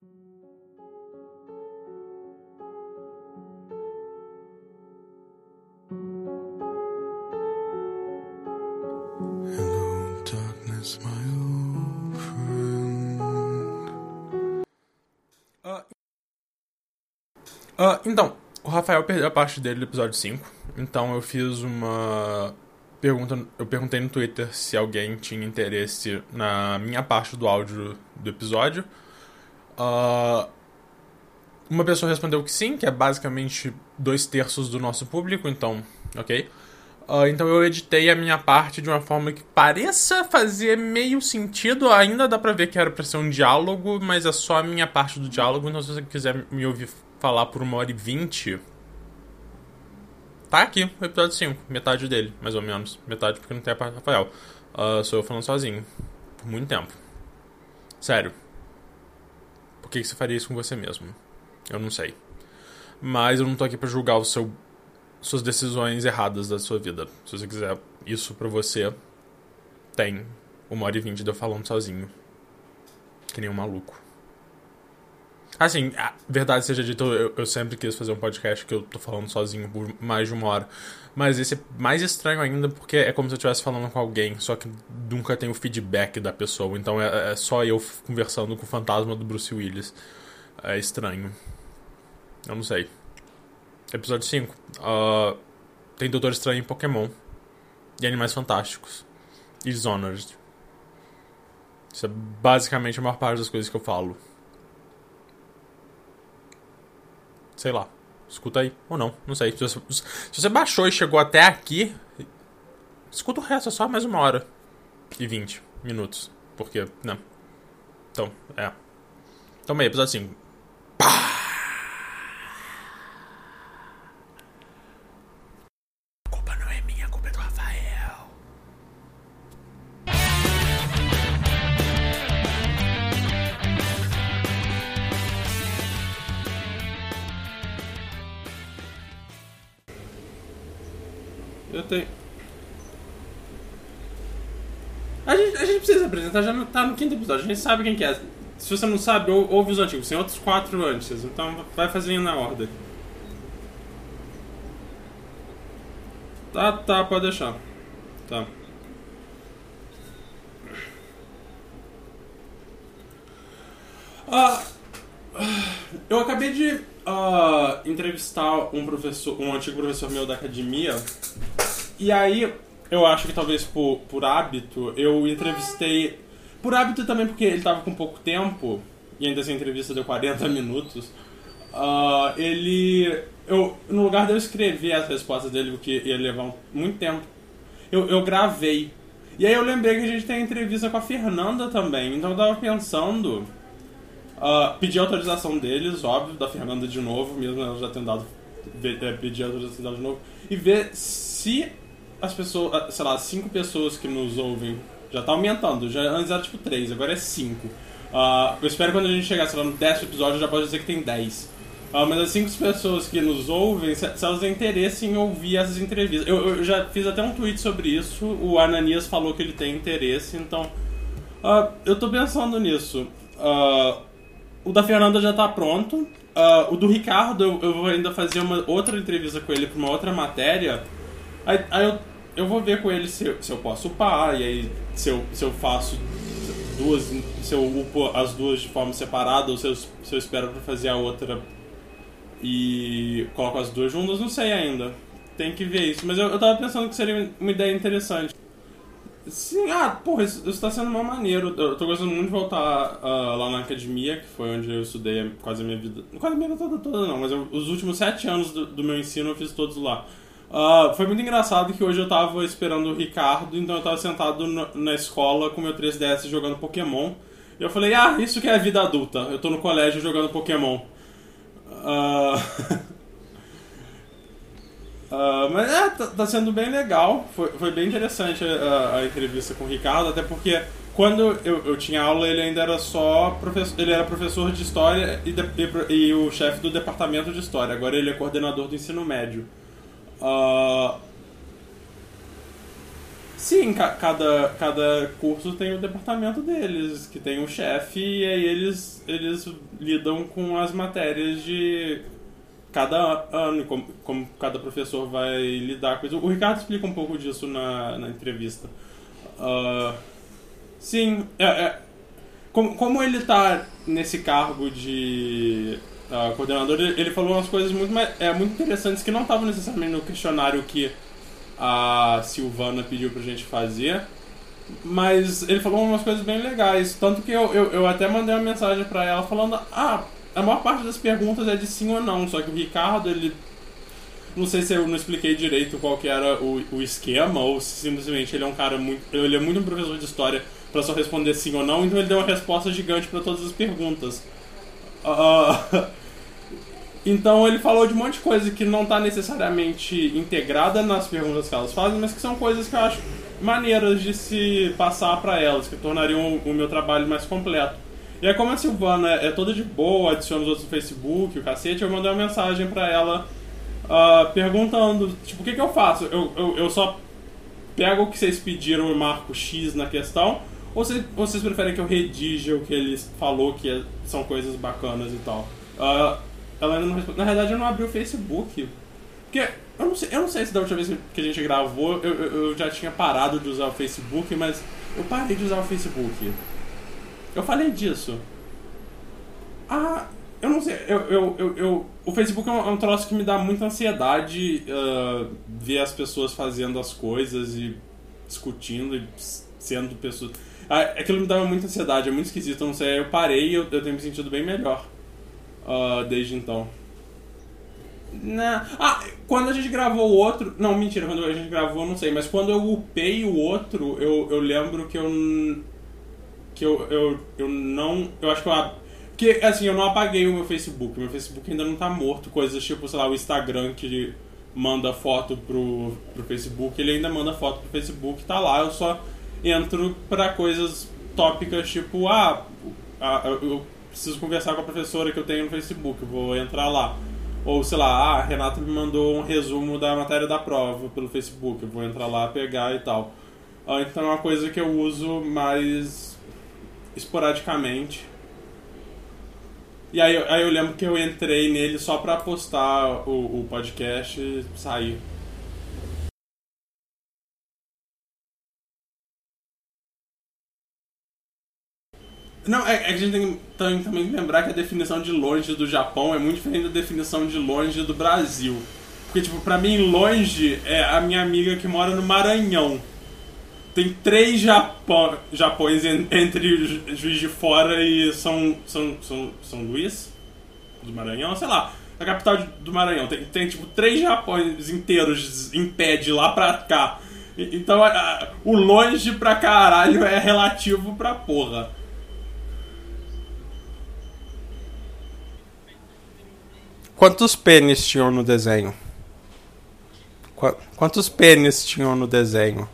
Hello, darkness, my old friend. Então, o Rafael perdeu a parte dele do episódio 5. Então eu fiz uma pergunta. Eu perguntei no Twitter se alguém tinha interesse na minha parte do áudio do episódio. Uma pessoa respondeu que sim, que é basicamente 2/3 do nosso público, então, ok. Então eu editei a minha parte de uma forma que pareça fazer meio sentido. Ainda dá pra ver que era pra ser um diálogo, mas é só a minha parte do diálogo. Então se você quiser me ouvir falar por 1h20, tá aqui o episódio 5, metade dele, mais ou menos. Metade porque não tem a parte do Rafael. Sou eu falando sozinho, por muito tempo. Sério. Por que você faria isso com você mesmo? Eu não sei. Mas eu não tô aqui pra julgar suas decisões erradas da sua vida. Se você quiser isso pra você, tem 1h20 de eu falando sozinho. Que nem um maluco. Assim, a verdade seja dita, eu sempre quis fazer um podcast que eu tô falando sozinho por mais de 1 hora. Mas esse é mais estranho ainda porque é como se eu estivesse falando com alguém, só que nunca tem o feedback da pessoa. Então é só eu conversando com o fantasma do Bruce Willis. É estranho. Eu não sei. Episódio 5. Tem Doutor Estranho em Pokémon. E Animais Fantásticos. E Dishonored. Isso é basicamente a maior parte das coisas que eu falo. Sei lá. Escuta aí. Ou não. Não sei. Se você baixou e chegou até aqui, escuta o resto. É só mais 1h20 minutos. Porque, né? Então, Toma aí, episódio 5. Pá! Eu tenho. A gente precisa apresentar, já tá no 5º episódio, a gente sabe quem que é. Se você não sabe, ouve os antigos, tem outros 4 antes, então vai fazendo na ordem. Tá, pode deixar. Tá. Eu acabei de entrevistar um antigo professor meu da academia. E aí, eu acho que talvez por hábito, eu entrevistei... Por hábito também porque ele tava com pouco tempo, e ainda essa entrevista deu 40 minutos. No lugar de eu escrever as respostas dele, o que ia levar muito tempo, eu gravei. E aí eu lembrei que a gente tem a entrevista com a Fernanda também, então eu tava pensando... pedir autorização deles, óbvio, da Fernanda de novo, mesmo ela já tendo dado, pedir autorização de novo, e ver se as pessoas, sei lá, 5 pessoas que nos ouvem, já tá aumentando, antes era tipo 3, agora é 5. Eu espero que quando a gente chegar, sei lá, no 10º episódio, já pode dizer que tem 10. Mas as 5 pessoas que nos ouvem, se elas têm interesse em ouvir essas entrevistas. Eu já fiz até um tweet sobre isso, o Ananias falou que ele tem interesse, então eu tô pensando nisso. O da Fernanda já tá pronto. O do Ricardo, eu vou ainda fazer uma outra entrevista com ele pra uma outra matéria. Aí eu vou ver com ele se eu posso upar. E aí se eu faço duas, se eu upo as duas de forma separada, ou se eu espero pra fazer a outra e coloco as duas juntas, não sei ainda. Tem que ver isso. Mas eu tava pensando que seria uma ideia interessante. Sim, porra, isso tá sendo uma maneiro. Eu tô gostando muito de voltar lá na academia, que foi onde eu estudei quase a minha vida. Quase a minha vida toda não, mas os últimos 7 anos do meu ensino eu fiz todos lá. Foi muito engraçado que hoje eu tava esperando o Ricardo, então eu tava sentado na escola com meu 3DS jogando Pokémon. E eu falei, isso que é a vida adulta, eu tô no colégio jogando Pokémon. Mas tá sendo bem legal. Foi bem interessante a entrevista com o Ricardo, até porque quando eu tinha aula ele ainda era só professor, ele era professor de história e o chefe do departamento de história. Agora ele é coordenador do ensino médio. Sim, cada curso tem o departamento deles, que tem um chefe, e aí eles lidam com as matérias de cada ano, como cada professor vai lidar com isso. O Ricardo explica um pouco disso na entrevista. Ah, sim, como ele está nesse cargo de coordenador, ele falou umas coisas muito interessantes que não estavam necessariamente no questionário que a Silvana pediu pra gente fazer, mas ele falou umas coisas bem legais, tanto que eu até mandei uma mensagem pra ela falando, a maior parte das perguntas é de sim ou não, só que o Ricardo, ele não sei se eu não expliquei direito qual que era o esquema, ou se simplesmente ele é um cara ele é muito um professor de história pra só responder sim ou não, então ele deu uma resposta gigante pra todas as perguntas. Então ele falou de um monte de coisa que não está necessariamente integrada nas perguntas que elas fazem, mas que são coisas que eu acho maneiras de se passar para elas, que tornariam o meu trabalho mais completo. E aí, como a Silvana é toda de boa, adiciona os outros no Facebook, o cacete, eu mandei uma mensagem para ela perguntando, tipo, o que eu faço? Eu só pego o que vocês pediram e marco X na questão, ou vocês preferem que eu redija o que eles falou que são coisas bacanas e tal? Ela ainda não respondeu. Na verdade, eu não abri o Facebook. Porque eu não sei se da última vez que a gente gravou eu já tinha parado de usar o Facebook, mas eu parei de usar o Facebook. Eu falei disso. Eu não sei. O Facebook é um troço que me dá muita ansiedade ver as pessoas fazendo as coisas e discutindo e sendo pessoas. Aquilo me dava muita ansiedade, é muito esquisito. Eu não sei. Eu parei e eu tenho me sentido bem melhor. Desde então. Quando a gente gravou o outro. Não, mentira, quando a gente gravou, eu não sei. Mas quando eu upei o outro, eu lembro que eu não. Eu acho que porque, assim, eu não apaguei o meu Facebook. Meu Facebook ainda não tá morto. Coisas tipo, sei lá, o Instagram que manda foto pro Facebook. Ele ainda manda foto pro Facebook, tá lá. Eu só entro pra coisas tópicas tipo, eu preciso conversar com a professora que eu tenho no Facebook, eu vou entrar lá. Ou, sei lá, a Renata me mandou um resumo da matéria da prova pelo Facebook, eu vou entrar lá, pegar e tal. Então é uma coisa que eu uso mais esporadicamente. E aí eu lembro que eu entrei nele só pra postar o podcast e sair. Não, é que a gente tem também que lembrar que a definição de longe do Japão é muito diferente da definição de longe do Brasil. Porque, tipo, pra mim, longe é a minha amiga que mora no Maranhão. Tem 3 Japões entre Juiz de Fora e São Luís do Maranhão, sei lá, a capital do Maranhão. Tem tipo 3 Japões inteiros em pé de lá pra cá. Então, o longe pra caralho é relativo pra porra. Quantos pênis tinham no desenho? Quantos pênis tinham no desenho?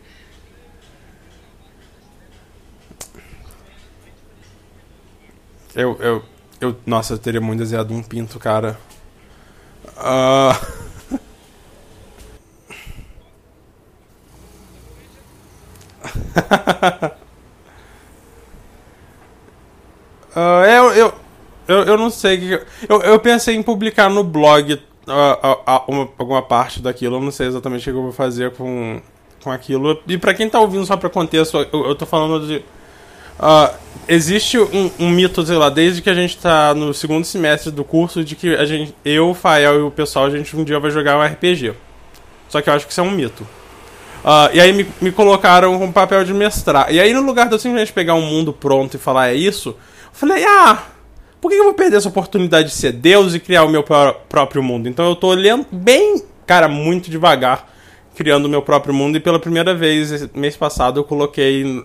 Nossa, eu teria muito desenhado um pinto, cara. Eu não sei. Eu pensei em publicar no blog alguma parte daquilo. Eu não sei exatamente o que eu vou fazer com aquilo. E pra quem tá ouvindo, só pra contexto, eu tô falando de. Existe um mito, sei lá, desde que a gente tá no segundo semestre do curso, de que eu, o Fael e o pessoal, a gente um dia vai jogar um RPG. Só que eu acho que isso é um mito. E aí me colocaram com papel de mestrar. E aí, no lugar de eu simplesmente pegar um mundo pronto e falar é isso, eu falei, por que eu vou perder essa oportunidade de ser Deus e criar o meu próprio mundo? Então eu tô olhando bem, cara, muito devagar, criando o meu próprio mundo. E pela primeira vez, mês passado, eu coloquei...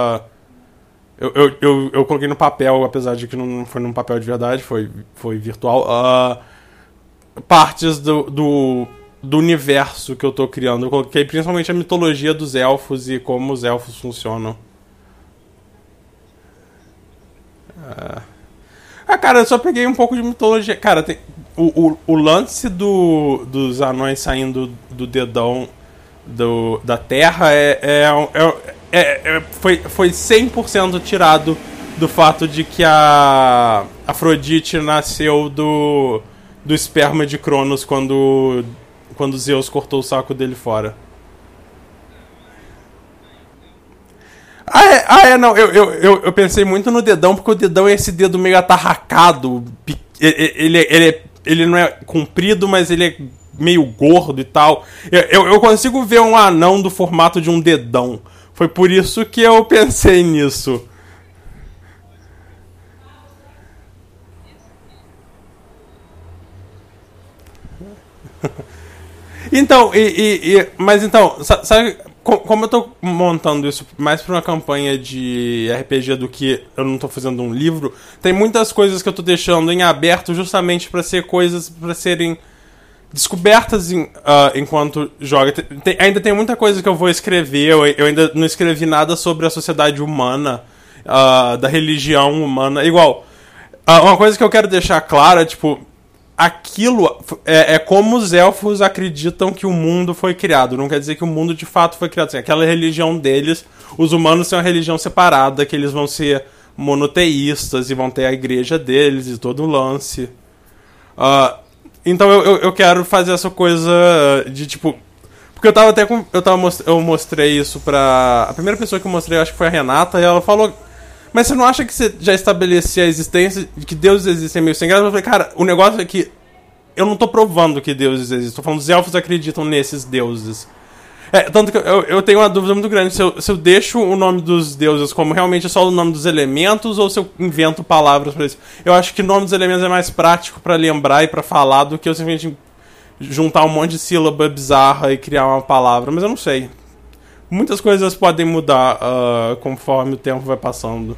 Eu coloquei no papel, apesar de que não foi num papel de verdade, foi virtual, partes do universo que eu tô criando. Eu coloquei principalmente a mitologia dos elfos e como os elfos funcionam. Cara, eu só peguei um pouco de mitologia. Cara, tem o lance dos anões saindo do dedão da Terra foi 100% tirado do fato de que a Afrodite nasceu do esperma de Cronos quando Zeus cortou o saco dele fora. Não, eu pensei muito no dedão, porque o dedão é esse dedo meio atarracado, ele não é comprido, mas ele é meio gordo e tal. Eu consigo ver um anão do formato de um dedão. Foi por isso que eu pensei nisso. Então, mas então, sabe, como eu tô montando isso mais pra uma campanha de RPG do que eu não tô fazendo um livro, tem muitas coisas que eu tô deixando em aberto justamente pra ser coisas pra serem descobertas enquanto joga. Ainda tem muita coisa que eu vou escrever, eu ainda não escrevi nada sobre a sociedade humana, da religião humana. Igual, uma coisa que eu quero deixar clara, tipo, aquilo é como os elfos acreditam que o mundo foi criado. Não quer dizer que o mundo de fato foi criado. Assim, aquela religião deles, os humanos têm uma religião separada, que eles vão ser monoteístas e vão ter a igreja deles e todo o lance. Então eu quero fazer essa coisa de tipo. Porque eu tava até com. Eu mostrei isso pra. A primeira pessoa que eu mostrei, acho que foi a Renata, e ela falou. Mas você não acha que você já estabelecia a existência, de que deuses existem meio sem graça? Eu falei, cara, o negócio é que eu não tô provando que deuses existem. Tô falando que os elfos acreditam nesses deuses. Tanto que eu tenho uma dúvida muito grande se eu deixo o nome dos deuses como realmente só o nome dos elementos ou se eu invento palavras pra isso. Eu acho que o nome dos elementos é mais prático pra lembrar e pra falar do que eu simplesmente juntar um monte de sílaba bizarra e criar uma palavra. Mas eu não sei. Muitas coisas podem mudar conforme o tempo vai passando.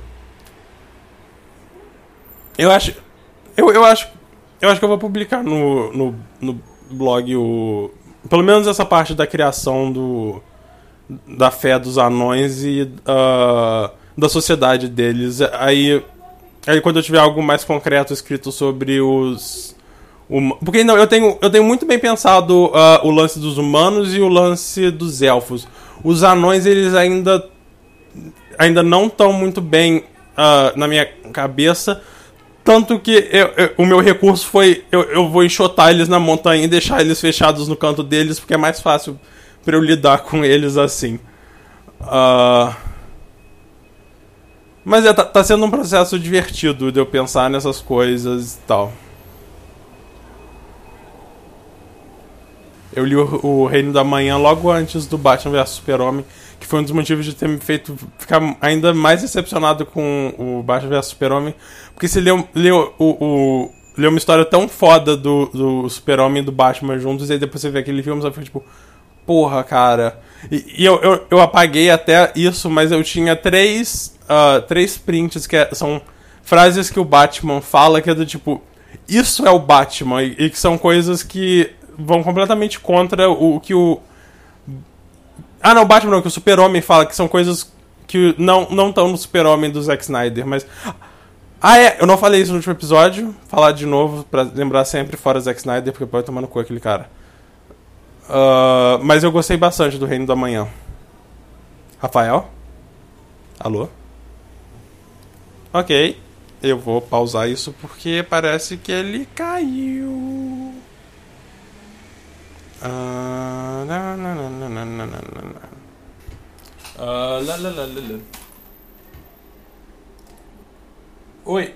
Eu acho que eu vou publicar no blog pelo menos essa parte da criação da fé dos anões e da sociedade deles. Aí quando eu tiver algo mais concreto escrito sobre porque não, eu tenho muito bem pensado o lance dos humanos e o lance dos elfos. Os anões, eles ainda não estão muito bem na minha cabeça. Tanto que o meu recurso foi eu vou enxotar eles na montanha e deixar eles fechados no canto deles, porque é mais fácil pra eu lidar com eles assim. Mas tá sendo um processo divertido de eu pensar nessas coisas e tal. Eu li o Reino da Manhã logo antes do Batman vs Super-Homem, que foi um dos motivos de ter me feito ficar ainda mais decepcionado com o Batman vs Super-Homem, porque você leu uma história tão foda do Super-Homem e do Batman juntos, e aí depois você vê aquele filme e você fica tipo, porra, cara. E eu apaguei até isso, mas eu tinha três prints que são frases que o Batman fala, que é do tipo, isso é o Batman, e que são coisas que vão completamente contra o que o... não, o Batman não, que o Super-Homem fala, que são coisas que não estão no Super-Homem do Zack Snyder, mas... eu não falei isso no último episódio, falar de novo, pra lembrar sempre fora Zack Snyder, porque pode tomar no cu aquele cara. Mas eu gostei bastante do Reino da Manhã. Rafael? Alô? Ok, eu vou pausar isso porque parece que ele caiu. Oi.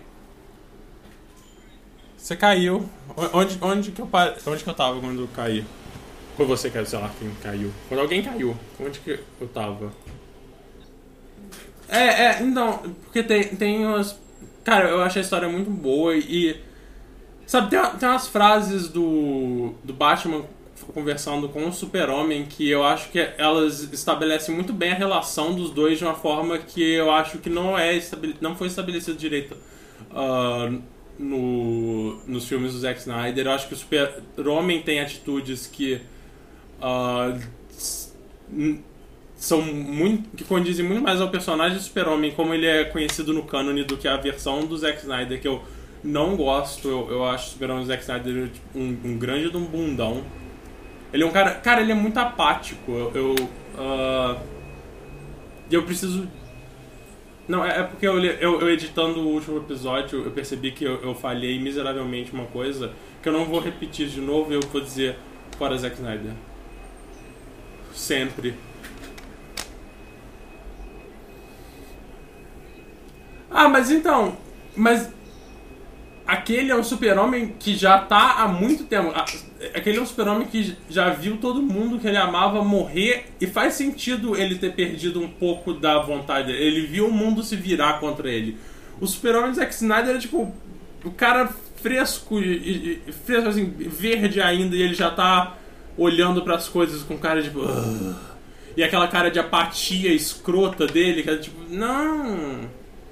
Você caiu. Onde que eu tava quando eu caí? Foi você que caiu, sei lá, quem caiu. Quando alguém caiu, onde que eu tava? Então, porque tem umas... Cara, eu achei a história muito boa e... Sabe, tem umas frases do Batman conversando com o Super-Homem que eu acho que elas estabelecem muito bem a relação dos dois de uma forma que eu acho que não foi estabelecido direito nos filmes do Zack Snyder. Eu acho que o Super-Homem tem atitudes que são muito, que condizem muito mais ao personagem do Super-Homem, como ele é conhecido no cânone, do que a versão do Zack Snyder, que eu não gosto. Eu acho o Super-Homem do Zack Snyder um grande de um bundão. Ele é um cara... Cara, ele é muito apático. E eu preciso... Não, é porque eu editando o último episódio, eu percebi que eu falhei miseravelmente uma coisa que eu não vou repetir de novo e eu vou dizer fora Zack Snyder. Sempre. Ah, mas então... Mas... Aquele é um super-homem que já tá há muito tempo. Aquele é um super-homem que já viu todo mundo que ele amava morrer. E faz sentido ele ter perdido um pouco da vontade. Ele viu o mundo se virar contra ele. O super-homem do Zack Snyder era tipo... O cara fresco, fresco assim, verde ainda. E ele já tá olhando pras coisas com cara de... E aquela cara de apatia escrota dele. Que é tipo... Não...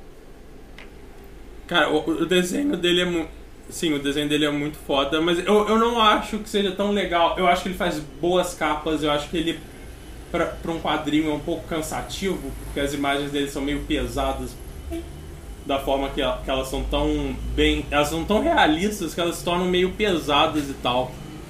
Cara, o desenho dele é muito... Sim, o desenho dele é muito foda, mas eu não acho que seja tão legal. Eu acho que ele faz boas capas, eu acho que ele, pra um quadrinho, é um pouco cansativo, porque as imagens dele são meio pesadas, da forma que elas são tão bem... Elas são tão realistas que elas se tornam meio pesadas e tal.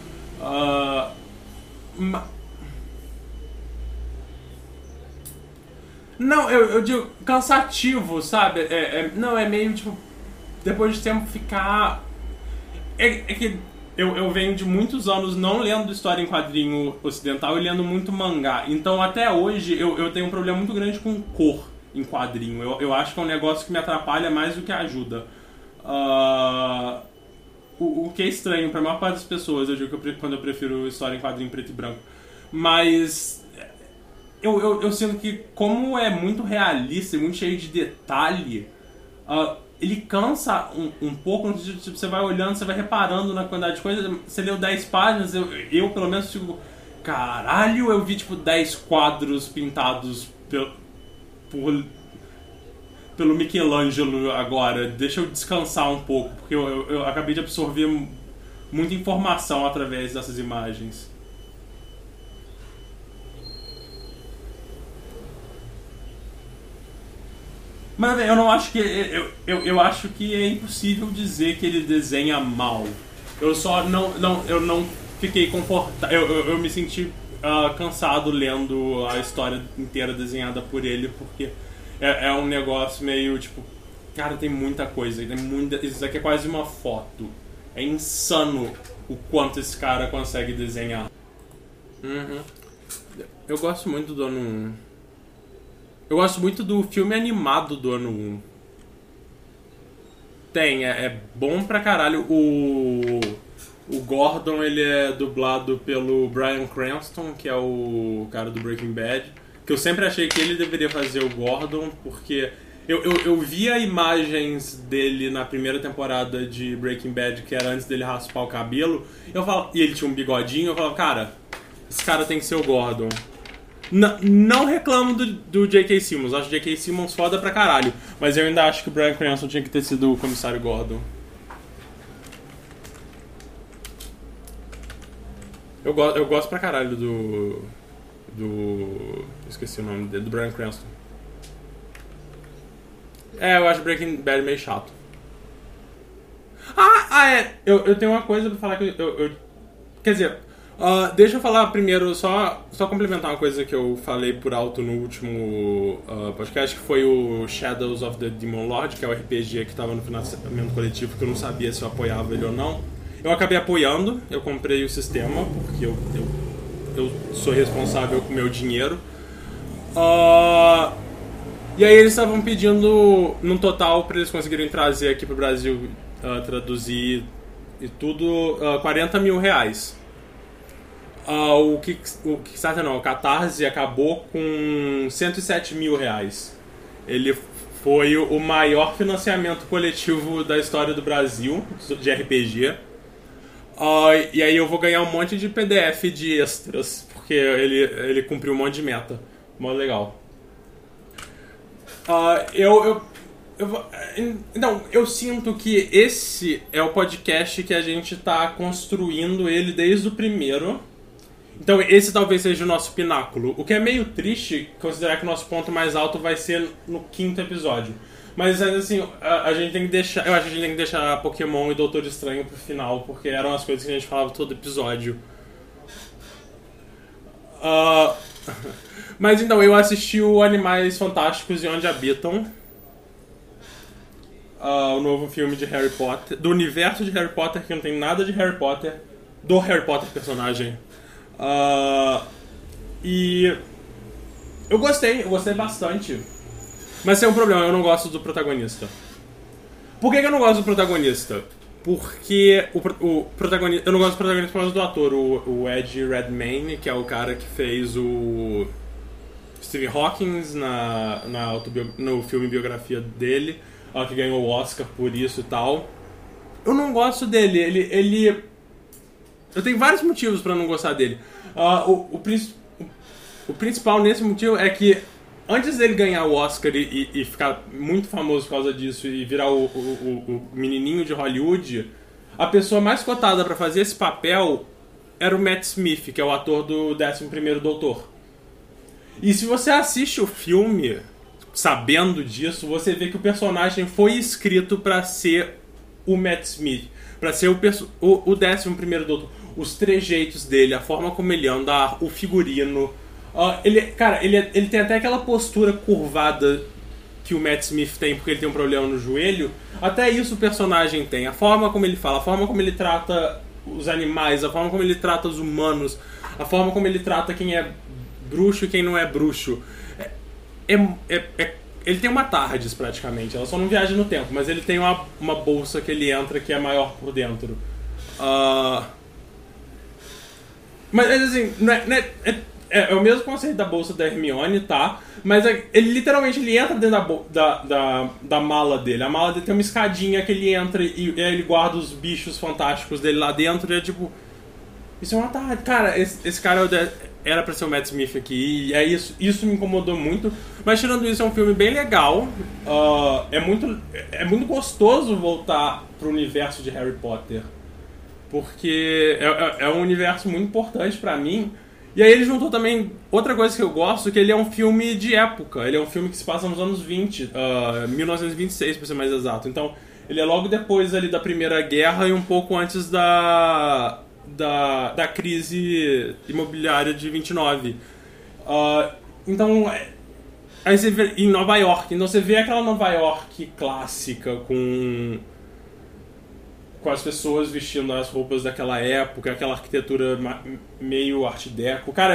Não, eu digo cansativo, sabe? Não, é meio tipo... Depois de tempo ficar... É que eu venho de muitos anos não lendo história em quadrinho ocidental e lendo muito mangá. Então até hoje eu tenho um problema muito grande com cor em quadrinho. Eu acho que é um negócio que me atrapalha mais do que ajuda. O que é estranho pra maior parte das pessoas, eu digo que quando eu prefiro história em quadrinho preto e branco. Mas... Eu sinto que, como é muito realista e muito cheio de detalhe, ele cansa um pouco, no sentido de você vai olhando, você vai reparando na quantidade de coisas. Você leu 10 páginas, eu pelo menos fico... Caralho, eu vi tipo 10 quadros pintados pelo Michelangelo agora. Deixa eu descansar um pouco, porque eu acabei de absorver muita informação através dessas imagens. Mas eu não acho que... Eu acho que é impossível dizer que ele desenha mal. Eu só não fiquei confortável. Eu me senti cansado lendo a história inteira desenhada por ele, porque é um negócio meio tipo... Cara, tem muita coisa. Isso aqui é quase uma foto. É insano o quanto esse cara consegue desenhar. Eu gosto muito do ano 1. Eu gosto muito do filme animado do ano 1. É bom pra caralho. O Gordon, ele é dublado pelo Bryan Cranston, que é o cara do Breaking Bad. Que eu sempre achei que ele deveria fazer o Gordon, porque eu via imagens dele na primeira temporada de Breaking Bad, que era antes dele raspar o cabelo, e ele tinha um bigodinho. Eu falava, cara, esse cara tem que ser o Gordon. Não reclamo do J.K. Simmons. Acho o J.K. Simmons foda pra caralho. Mas eu ainda acho que o Bryan Cranston tinha que ter sido o comissário Gordon. Eu gosto pra caralho do... Esqueci o nome dele. Do Bryan Cranston. Eu acho Breaking Bad meio chato. Eu tenho uma coisa pra falar que quer dizer... deixa eu falar primeiro, só complementar uma coisa que eu falei por alto no último podcast, que foi o Shadows of the Demon Lord, que é o RPG que estava no financiamento coletivo, que eu não sabia se eu apoiava ele ou não. Eu acabei apoiando, eu comprei o sistema, porque eu sou responsável com o meu dinheiro. E aí eles estavam pedindo, num total, para eles conseguirem trazer aqui pro Brasil, traduzir e tudo, R$40 mil. O Kickstarter não, o Catarse acabou com R$107 mil. Ele foi o maior financiamento coletivo da história do Brasil de RPG. E aí eu vou ganhar um monte de PDF de extras, porque ele cumpriu um monte de meta. Mó legal. Então, eu sinto que esse é o podcast que a gente tá construindo ele desde o primeiro. Então esse talvez seja o nosso pináculo. O que é meio triste, considerar que o nosso ponto mais alto vai ser no 5º episódio. Mas assim, a gente tem que deixar... Eu acho que a gente tem que deixar Pokémon e Doutor Estranho pro final, porque eram as coisas que a gente falava todo episódio. Ah, mas então, eu assisti o Animais Fantásticos e Onde Habitam. O novo filme de Harry Potter. Do universo de Harry Potter, que não tem nada de Harry Potter. Do Harry Potter personagem. E eu gostei bastante. Mas tem um problema, eu não gosto do protagonista. Por que eu não gosto do protagonista? Porque o protagonista. Eu não gosto do protagonista por causa do ator, o Ed Redmayne, que é o cara que fez o Stephen Hawking no filme biografia dele, que ganhou o Oscar por isso e tal. Eu não gosto dele, ele eu tenho vários motivos pra não gostar dele. O principal nesse motivo é que antes dele ganhar o Oscar e ficar muito famoso por causa disso e virar o menininho de Hollywood, a pessoa mais cotada pra fazer esse papel era o Matt Smith, que é o ator do 11º Doutor. E se você assiste o filme sabendo disso, você vê que o personagem foi escrito pra ser o Matt Smith, pra ser o 11º Doutor. Os trejeitos dele, a forma como ele anda, o figurino. Ele tem até aquela postura curvada que o Matt Smith tem porque ele tem um problema no joelho. Até isso o personagem tem. A forma como ele fala, a forma como ele trata os animais, a forma como ele trata os humanos, a forma como ele trata quem é bruxo e quem não é bruxo. Ele tem uma TARDIS praticamente, ela só não viaja no tempo, mas ele tem uma bolsa que ele entra que é maior por dentro. Mas assim, é o mesmo conceito da bolsa da Hermione, tá? Mas ele literalmente entra dentro da mala dele. A mala dele tem uma escadinha que ele entra e aí ele guarda os bichos fantásticos dele lá dentro e é tipo... Isso é uma tarde. Cara, esse cara era pra ser o Matt Smith aqui e é isso me incomodou muito. Mas tirando isso, é um filme bem legal. É muito gostoso voltar pro universo de Harry Potter. Porque é um universo muito importante pra mim. E aí ele juntou também outra coisa que eu gosto, que ele é um filme de época. Ele é um filme que se passa nos anos 20, 1926 pra ser mais exato. Então, ele é logo depois ali da Primeira Guerra e um pouco antes da crise imobiliária de 29. Então, aí você vê em Nova York. Então você vê aquela Nova York clássica com as pessoas vestindo as roupas daquela época, aquela arquitetura meio art deco. Cara,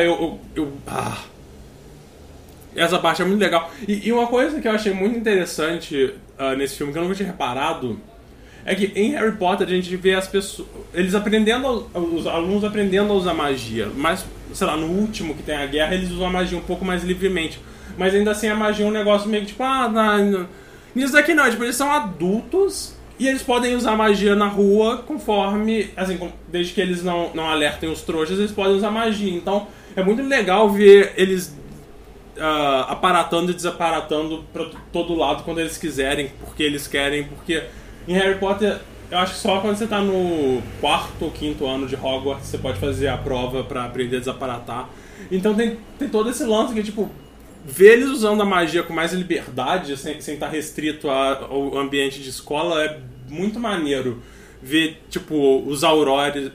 essa parte é muito legal. E uma coisa que eu achei muito interessante nesse filme, que eu nunca tinha reparado, é que em Harry Potter a gente vê as pessoas, os alunos aprendendo a usar magia. Mas, sei lá, no último que tem a guerra, eles usam a magia um pouco mais livremente. Mas ainda assim a magia é um negócio meio que tipo, nisso daqui não, tipo, eles são adultos e eles podem usar magia na rua conforme, assim, desde que eles não alertem os trouxas, eles podem usar magia. Então é muito legal ver eles aparatando e desaparatando pra todo lado quando eles quiserem, porque eles querem, porque em Harry Potter, eu acho que só quando você tá no 4º ou 5º ano de Hogwarts você pode fazer a prova pra aprender a desaparatar. Então tem todo esse lance que, tipo, ver eles usando a magia com mais liberdade, sem estar restrito ao ambiente de escola, é muito maneiro. Ver, tipo, os aurores,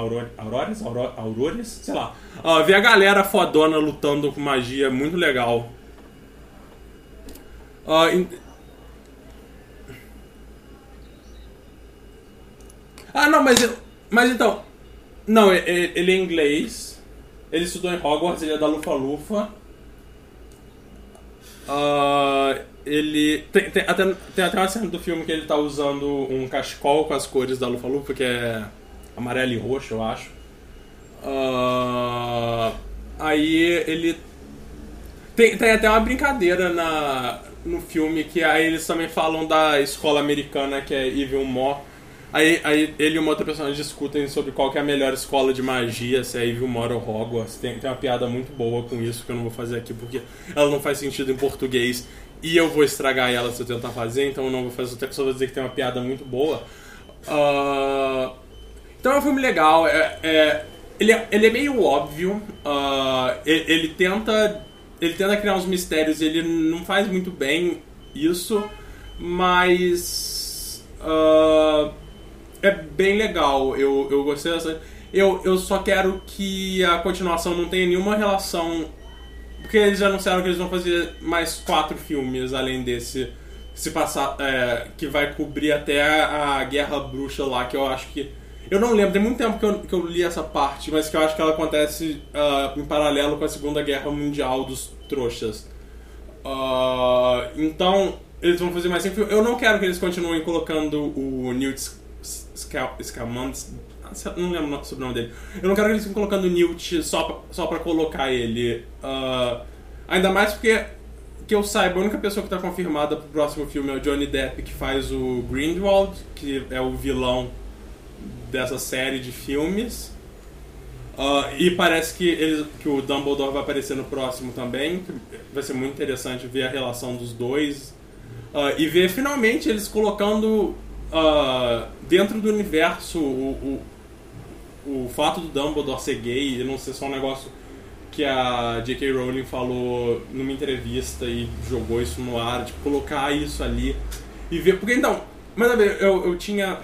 sei lá. Ver a galera fodona lutando com magia é muito legal. Não, mas então... Não, ele é inglês. Ele estudou em Hogwarts, ele é da Lufa-Lufa. Ele tem até uma cena do filme que ele tá usando um cachecol com as cores da Lufa-Lufa, que é amarelo e roxo, eu acho. Aí ele tem até uma brincadeira no filme, que aí eles também falam da escola americana, que é Evilmore. Aí ele e uma outra personagem discutem sobre qual que é a melhor escola de magia, se é Evilmore ou Hogwarts. Tem uma piada muito boa com isso, que eu não vou fazer aqui, porque ela não faz sentido em português e eu vou estragar ela se eu tentar fazer, então eu não vou fazer, só vou dizer que tem uma piada muito boa. Então é um filme legal, ele é meio óbvio, ele tenta criar uns mistérios e ele não faz muito bem isso, mas... é bem legal, eu gostei bastante. Eu só quero que a continuação não tenha nenhuma relação... Porque eles já anunciaram que eles vão fazer mais 4 filmes, além desse... Se passar, que vai cobrir até a Guerra Bruxa lá, que eu acho que... Eu não lembro, tem muito tempo que eu li essa parte, mas que eu acho que ela acontece em paralelo com a Segunda Guerra Mundial dos trouxas. Então, eles vão fazer mais 5 filmes. Eu não quero que eles continuem colocando o Newt Scamander... Não lembro o sobrenome dele. Eu não quero que eles fiquem colocando o Newt só pra colocar ele. Ainda mais porque, que eu saiba, a única pessoa que tá confirmada pro próximo filme é o Johnny Depp, que faz o Grindelwald, que é o vilão dessa série de filmes. E parece que o Dumbledore vai aparecer no próximo também. Vai ser muito interessante ver a relação dos dois. E ver finalmente eles colocando dentro do universo o fato do Dumbledore ser gay e não ser só um negócio que a J.K. Rowling falou numa entrevista e jogou isso no ar, tipo, colocar isso ali e ver. Porque então, mas a ver, eu tinha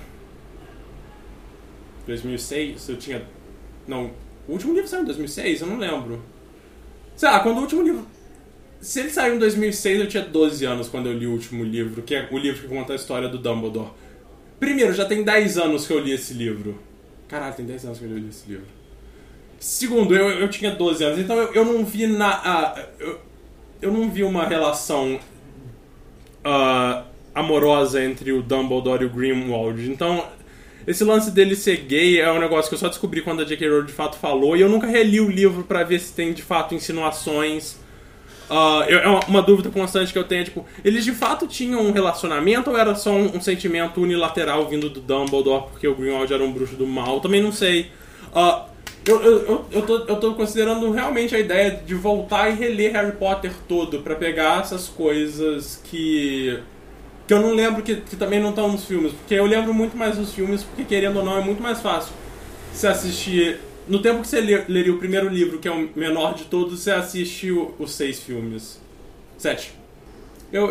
2006, eu tinha... Não, o último livro saiu em 2006? Eu não lembro. Sei lá, quando o último livro... Se ele saiu em 2006, eu tinha 12 anos quando eu li o último livro, que é o livro que conta a história do Dumbledore. Primeiro, já tem 10 anos que eu li esse livro. Caralho, tem 10 anos que eu li esse livro. Segundo, eu tinha 12 anos, então eu não vi eu não vi uma relação amorosa entre o Dumbledore e o Grindelwald. Então, esse lance dele ser gay é um negócio que eu só descobri quando a J.K. Rowling de fato falou, e eu nunca reli o livro pra ver se tem de fato insinuações. É uma dúvida constante que eu tenho, tipo, eles de fato tinham um relacionamento ou era só um sentimento unilateral vindo do Dumbledore porque o Grindelwald era um bruxo do mal? Também não sei. Eu tô considerando realmente a ideia de voltar e reler Harry Potter todo pra pegar essas coisas que eu não lembro, que também não estão nos filmes, porque eu lembro muito mais dos filmes, porque querendo ou não é muito mais fácil se assistir. No tempo que você leria o primeiro livro, que é o menor de todos, você assiste os 6 filmes. 7. Eu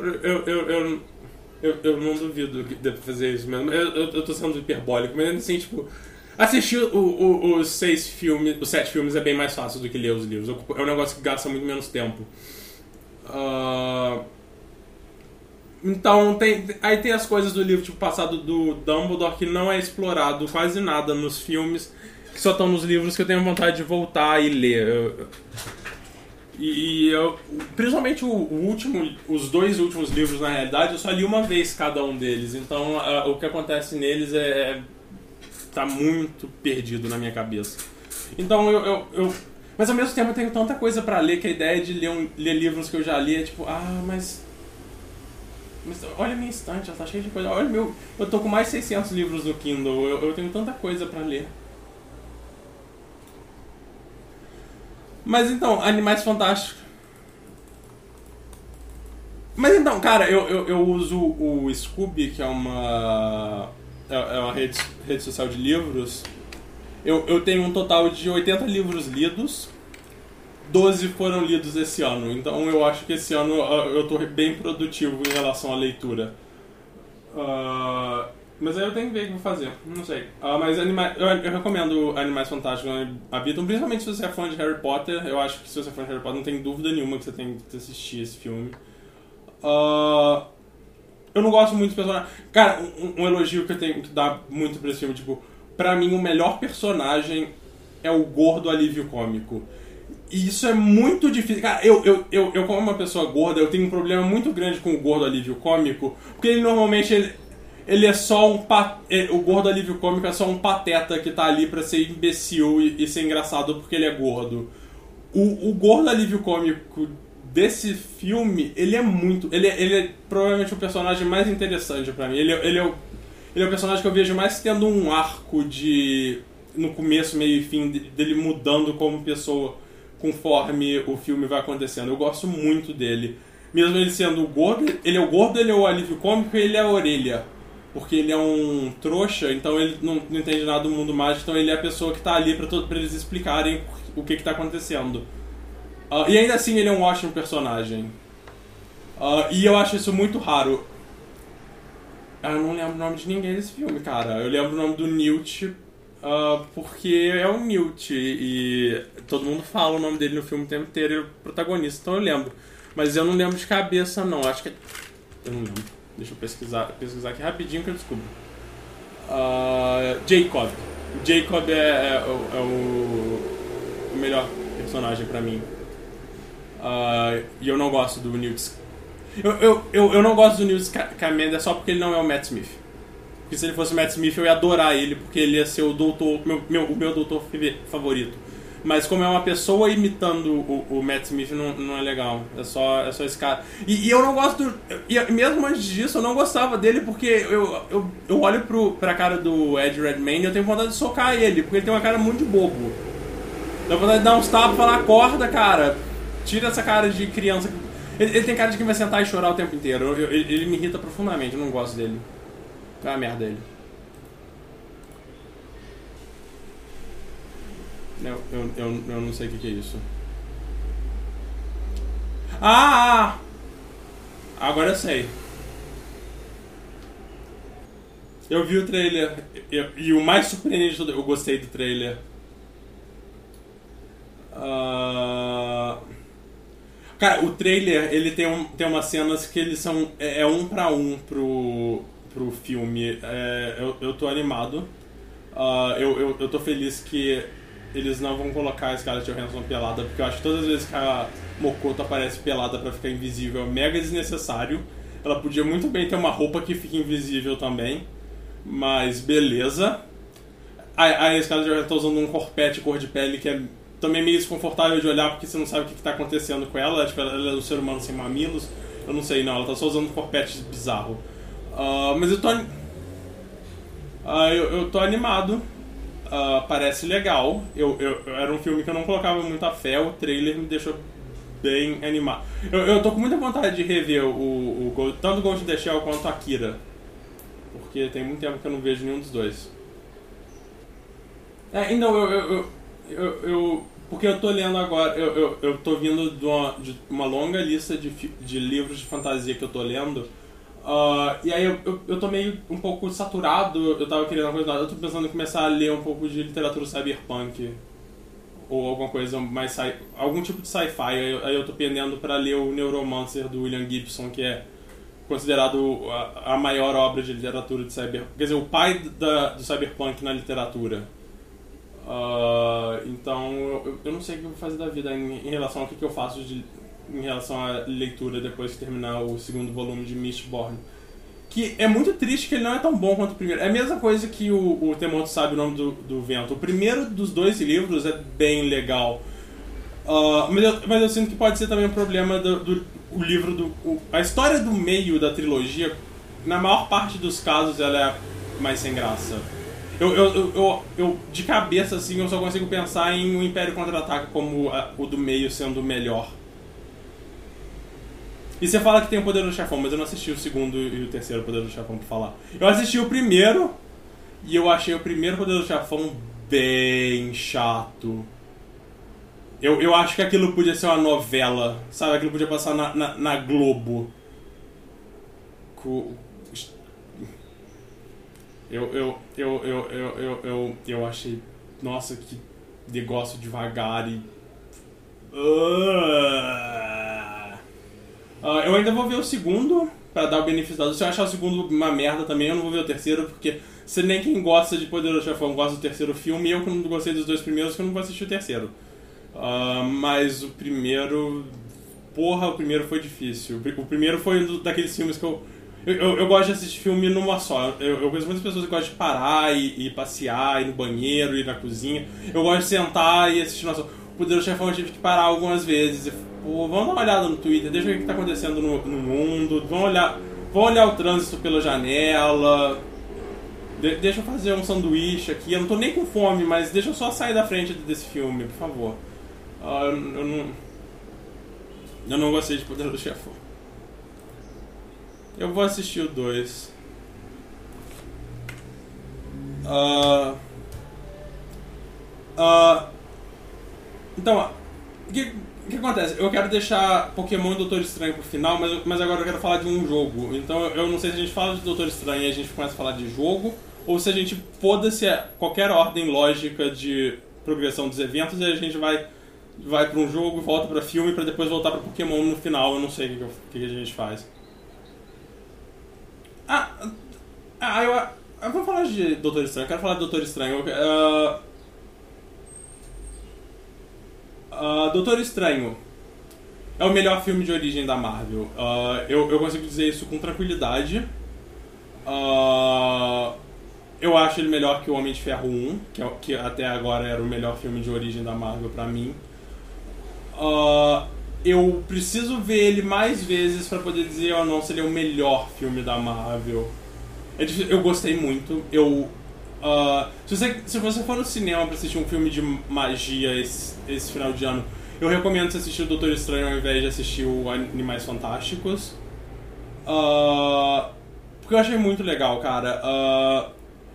não duvido que deve fazer isso mesmo. Eu tô sendo hiperbólico, mas assim, tipo, assistir os 6 filmes, os 7 filmes é bem mais fácil do que ler os livros. É um negócio que gasta muito menos tempo. Então, aí tem as coisas do livro, tipo, passado do Dumbledore, que não é explorado quase nada nos filmes, que só estão nos livros, que eu tenho vontade de voltar e ler. Principalmente os 2 últimos livros, na realidade, eu só li uma vez cada um deles. Então, o que acontece neles tá muito perdido na minha cabeça. Então, mas ao mesmo tempo eu tenho tanta coisa pra ler, que a ideia de ler livros que eu já li é tipo, mas olha a minha estante, ela tá cheia de coisa. Olha eu tô com mais de 600 livros no Kindle, eu tenho tanta coisa pra ler. Mas então, Animais Fantásticos. Mas então, cara, eu uso o Scooby, que é uma rede social de livros. Eu tenho um total de 80 livros lidos. 12 foram lidos esse ano. Então eu acho que esse ano eu tô bem produtivo em relação à leitura. Mas aí eu tenho que ver o que vou fazer, não sei. Mas eu recomendo Animais Fantásticos Habitam, principalmente se você é fã de Harry Potter. Eu acho que se você é fã de Harry Potter, não tem dúvida nenhuma que você tem que assistir esse filme. Eu não gosto muito dos personagens. Cara, um elogio que eu tenho que dar muito pra esse filme, tipo, pra mim o melhor personagem é o gordo alívio cômico. E isso é muito difícil. Cara, eu como uma pessoa gorda, eu tenho um problema muito grande com o gordo alívio cômico, porque ele normalmente... Ele é só o gordo alívio cômico é só um pateta que tá ali pra ser imbecil e ser engraçado porque ele é gordo. O gordo alívio cômico desse filme, ele é muito... Ele é provavelmente o personagem mais interessante pra mim. Ele é o personagem que eu vejo mais tendo um arco de... No começo, meio e fim, dele mudando como pessoa conforme o filme vai acontecendo. Eu gosto muito dele. Mesmo ele sendo o gordo, ele é o gordo, ele é o alívio cômico e ele é a orelha. Porque ele é um trouxa, então ele não entende nada do mundo mágico, então ele é a pessoa que tá ali pra eles explicarem o que tá acontecendo. E ainda assim ele é um ótimo personagem. E eu acho isso muito raro. Eu não lembro o nome de ninguém desse filme, cara. Eu lembro o nome do Newt, Porque é o Newt e todo mundo fala o nome dele no filme o tempo inteiro, ele é o protagonista, então eu lembro. Mas eu não lembro de cabeça, não. Acho que. Eu não lembro. Deixa eu pesquisar aqui rapidinho que eu descubro. Jacob. O Jacob é o melhor personagem pra mim. E eu não gosto do Newt. Eu não gosto do Newt Scamander só porque ele não é o Matt Smith. Porque se ele fosse o Matt Smith eu ia adorar ele, porque ele ia ser o doutor, o meu doutor favorito. Mas como é uma pessoa imitando o Matt Smith, não é legal. É só esse cara. E eu não gosto e mesmo antes disso, eu não gostava dele, porque eu olho pra cara do Ed Redmayne e eu tenho vontade de socar ele, porque ele tem uma cara muito de bobo. Dá vontade de dar uns tapas e falar, acorda, cara. Tira essa cara de criança. Ele tem cara de quem vai sentar e chorar o tempo inteiro. Ele me irrita profundamente, eu não gosto dele. É uma merda ele. Eu não sei o que é isso. Agora eu sei. Eu vi o trailer e o mais surpreendente de tudo, eu gostei do trailer. Cara, o trailer ele tem umas cenas que eles são um pra um pro filme. Eu tô animado. Eu tô feliz que eles não vão colocar a Scarlett Johansson pelada, porque eu acho que todas as vezes que a Mokoto aparece pelada pra ficar invisível é mega desnecessário. Ela podia muito bem ter uma roupa que fique invisível também, mas beleza. A Scarlett Johansson tá usando um corpete cor de pele que é também meio desconfortável de olhar, porque você não sabe o que tá acontecendo com ela. Tipo, ela é um ser humano sem mamilos. Eu não sei, não. Ela tá só usando um corpete bizarro. Mas eu tô animado. Parece legal. Era um filme que eu não colocava muita fé. O trailer me deixou bem animado. Eu tô com muita vontade de rever tanto o Ghost in the Shell quanto a Akira, porque tem muito tempo que eu não vejo nenhum dos dois. Então, porque eu tô lendo agora, eu tô vindo de uma longa lista de livros de fantasia que eu tô lendo. E aí eu tô meio um pouco saturado, eu tava querendo uma coisa nova. Eu tô pensando em começar a ler um pouco de literatura cyberpunk, ou alguma coisa mais algum tipo de sci-fi. Aí eu tô pendendo pra ler o Neuromancer do William Gibson, que é considerado a maior obra de literatura de cyberpunk, quer dizer, o pai do cyberpunk na literatura. Então eu não sei o que eu vou fazer da vida em relação ao que eu faço em relação à leitura depois que terminar o segundo volume de Mistborn. Que é muito triste que ele não é tão bom quanto o primeiro. É a mesma coisa que o Temoto sabe o nome do vento. O primeiro dos dois livros é bem legal. Mas eu sinto que pode ser também um problema do livro a história do meio da trilogia, na maior parte dos casos, ela é mais sem graça. Eu de cabeça, assim, eu só consigo pensar em O Império Contra-Ataca como o do meio sendo o melhor. E você fala que tem o Poder do Chefão, mas eu não assisti o segundo e o terceiro Poder do Chefão pra falar. Eu assisti o primeiro, e eu achei o primeiro Poder do Chefão bem chato. Eu acho que aquilo podia ser uma novela, sabe? Aquilo podia passar na Globo. Eu achei... Nossa, que negócio devagar e... eu ainda vou ver o segundo, pra dar o benefício da dúvida. Se eu achar o segundo uma merda também, eu não vou ver o terceiro, porque se nem quem gosta de Poderoso Chefão gosta do terceiro filme, eu que não gostei dos dois primeiros, que eu não vou assistir o terceiro. Mas o primeiro... Porra, o primeiro foi difícil. O primeiro foi um daqueles filmes que eu gosto de assistir filme numa só. Eu conheço muitas pessoas que gostam de parar e passear, ir no banheiro, ir na cozinha. Eu gosto de sentar e assistir numa só. O Poderoso Chefão eu tive que parar algumas vezes. Pô, vamos dar uma olhada no Twitter, deixa eu ver o que está acontecendo no mundo. Vamos olhar o trânsito pela janela. Deixa eu fazer um sanduíche aqui. Eu não tô nem com fome, mas deixa eu só sair da frente desse filme, por favor. Eu não gostei de Poderoso Chefão. Eu vou assistir o 2. Então, o que acontece? Eu quero deixar Pokémon e Doutor Estranho pro final, mas agora eu quero falar de um jogo. Então eu não sei se a gente fala de Doutor Estranho e a gente começa a falar de jogo, ou se a gente foda-se qualquer ordem lógica de progressão dos eventos e a gente vai pra um jogo, volta pra filme pra depois voltar pra Pokémon no final. Eu não sei o que a gente faz. Eu vou falar de Doutor Estranho. Eu quero falar de Doutor Estranho. Doutor Estranho é o melhor filme de origem da Marvel. Eu consigo dizer isso com tranquilidade. Eu acho ele melhor que o Homem de Ferro 1, que até agora era o melhor filme de origem da Marvel pra mim. Eu preciso ver ele mais vezes pra poder dizer ou não se ele é o melhor filme da Marvel. Eu gostei muito. Se você for no cinema pra assistir um filme de magia esse final de ano, eu recomendo você assistir o Doutor Estranho ao invés de assistir o Animais Fantásticos. Porque eu achei muito legal, cara.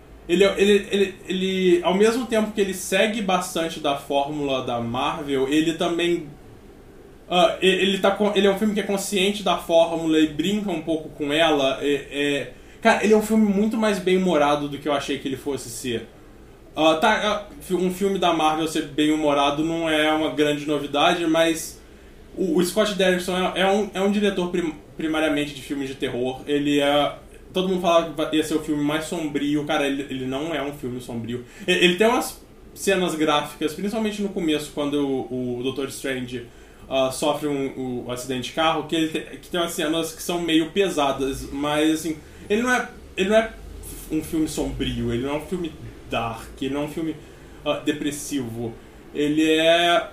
Ele, ao mesmo tempo que ele segue bastante da fórmula da Marvel, ele também... ele é um filme que é consciente da fórmula e brinca um pouco com ela. Cara, ele é um filme muito mais bem-humorado do que eu achei que ele fosse ser. Um filme da Marvel ser bem-humorado não é uma grande novidade, mas o Scott Derrickson é um diretor primariamente de filmes de terror. Todo mundo falava que ia ser o filme mais sombrio. Cara, ele não é um filme sombrio. Ele tem umas cenas gráficas, principalmente no começo, quando o Doctor Strange sofre um acidente de carro, que tem umas cenas que são meio pesadas, mas assim, ele não é um filme sombrio, ele não é um filme dark, ele não é um filme depressivo. Ele é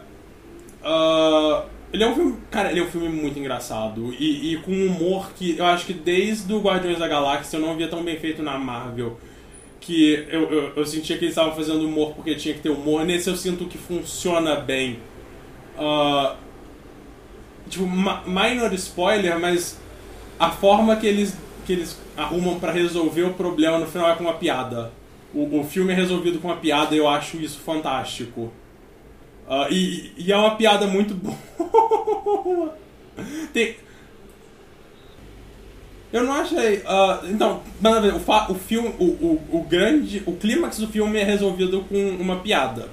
um filme, cara, ele é um filme muito engraçado e com um humor que eu acho que desde o Guardiões da Galáxia eu não via tão bem feito na Marvel, que eu sentia que eles estavam fazendo humor porque tinha que ter humor. Nesse eu sinto que funciona bem. Tipo, minor spoiler, mas a forma que eles arrumam pra resolver o problema no final é com uma piada. O filme é resolvido com uma piada e eu acho isso fantástico. E é uma piada muito boa. Eu não achei... então, o filme, o clímax do filme é resolvido com uma piada.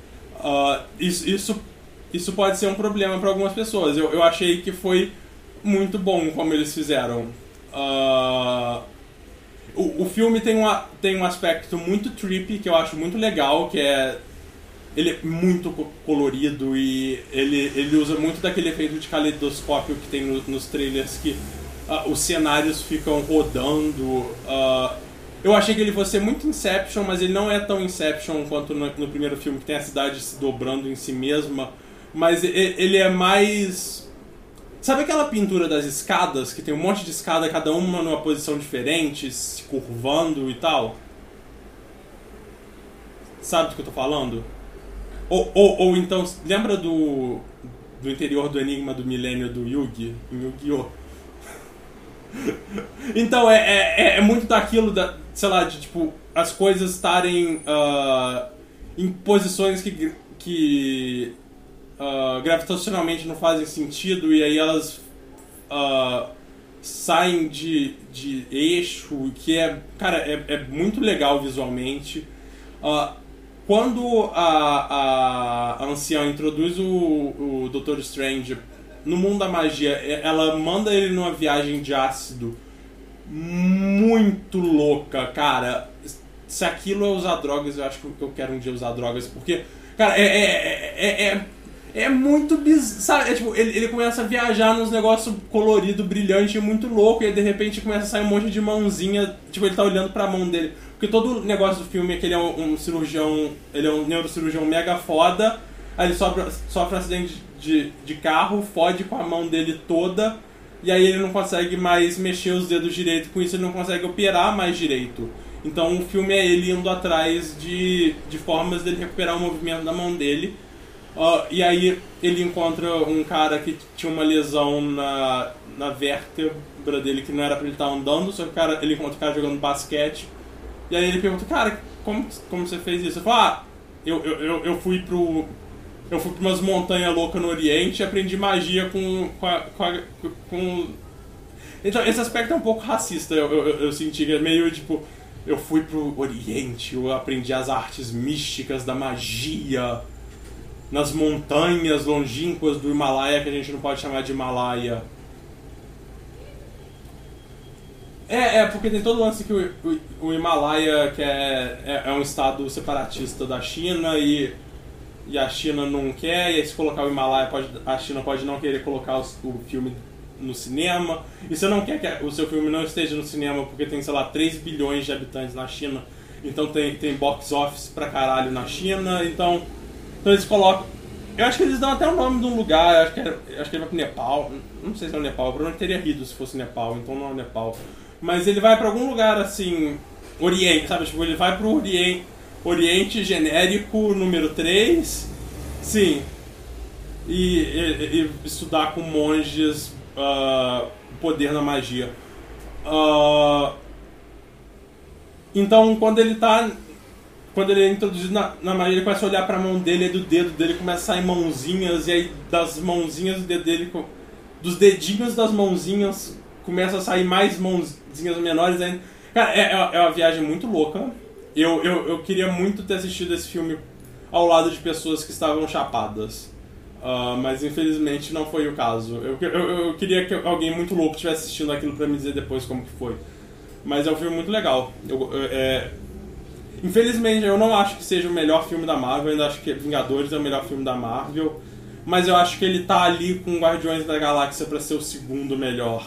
Isso pode ser um problema para algumas pessoas. Eu achei que foi muito bom como eles fizeram. O filme tem um aspecto muito trippy que eu acho muito legal, que é... Ele é muito colorido e ele usa muito daquele efeito de caleidoscópio que tem nos trailers, que os cenários ficam rodando. Eu achei que ele fosse muito Inception, mas ele não é tão Inception quanto no primeiro filme, que tem a cidade se dobrando em si mesma. Mas ele é mais... Sabe aquela pintura das escadas, que tem um monte de escada, cada uma numa posição diferente, se curvando e tal? Sabe do que eu tô falando? Ou então, lembra do interior do Enigma do Milênio do Yu-Gi-Oh? Então, é muito daquilo, sei lá, de tipo, as coisas estarem em posições que gravitacionalmente não fazem sentido, e aí elas saem de eixo, que cara, é muito legal visualmente. Quando a anciã introduz o Doutor Strange no mundo da magia, ela manda ele numa viagem de ácido muito louca, cara. Se aquilo é usar drogas, eu acho que eu quero um dia usar drogas, porque, cara, é muito bizarro, sabe? Tipo, ele começa a viajar nos negócios colorido, brilhante, muito louco, e aí de repente começa a sair um monte de mãozinha, tipo, ele tá olhando pra mão dele. Porque todo o negócio do filme é que ele é um cirurgião, ele é um neurocirurgião mega foda, aí ele sofre um acidente de carro, fode com a mão dele toda, e aí ele não consegue mais mexer os dedos direito, com isso ele não consegue operar mais direito. Então o filme é ele indo atrás de formas dele recuperar o movimento da mão dele. E aí ele encontra um cara que tinha uma lesão na vértebra dele, que não era pra ele estar andando, só que ele encontra o cara jogando basquete. E aí ele pergunta, cara, como você fez isso? Eu falo, eu fui pra umas montanhas loucas no Oriente e aprendi magia com... Então, esse aspecto é um pouco racista, eu senti que é meio, tipo... eu fui pro Oriente, eu aprendi as artes místicas da magia nas montanhas longínquas do Himalaia, que a gente não pode chamar de Himalaia. Porque tem todo o lance que o Himalaia que é um estado separatista da China e a China não quer, e aí se colocar o Himalaia, a China pode não querer colocar o filme no cinema, e você não quer que o seu filme não esteja no cinema porque tem, sei lá, 3 bilhões de habitantes na China, então tem box office pra caralho na China, então eles colocam... Eu acho que eles dão até o nome de um lugar, acho que ele vai pro Nepal, não sei se é o Nepal, eu provavelmente teria rido se fosse Nepal, então não é o Nepal. Mas ele vai pra algum lugar assim, Oriente, sabe? Tipo, ele vai pro Oriente genérico número 3, sim, e estudar com monges poder na magia. Então, quando ele é introduzido na magia, ele começa a olhar pra mão dele, e do dedo dele começa a sair mãozinhas, e aí das mãozinhas do dedo dele, dos dedinhos das mãozinhas, começa a sair mais mãozinhas menores ainda. Cara, é uma viagem muito louca. Eu queria muito ter assistido esse filme ao lado de pessoas que estavam chapadas. Mas infelizmente não foi o caso. Eu queria que alguém muito louco estivesse assistindo aquilo pra me dizer depois como que foi. Mas é um filme muito legal. Infelizmente eu não acho que seja o melhor filme da Marvel. Eu ainda acho que Vingadores é o melhor filme da Marvel. Mas eu acho que ele tá ali com Guardiões da Galáxia pra ser o segundo melhor.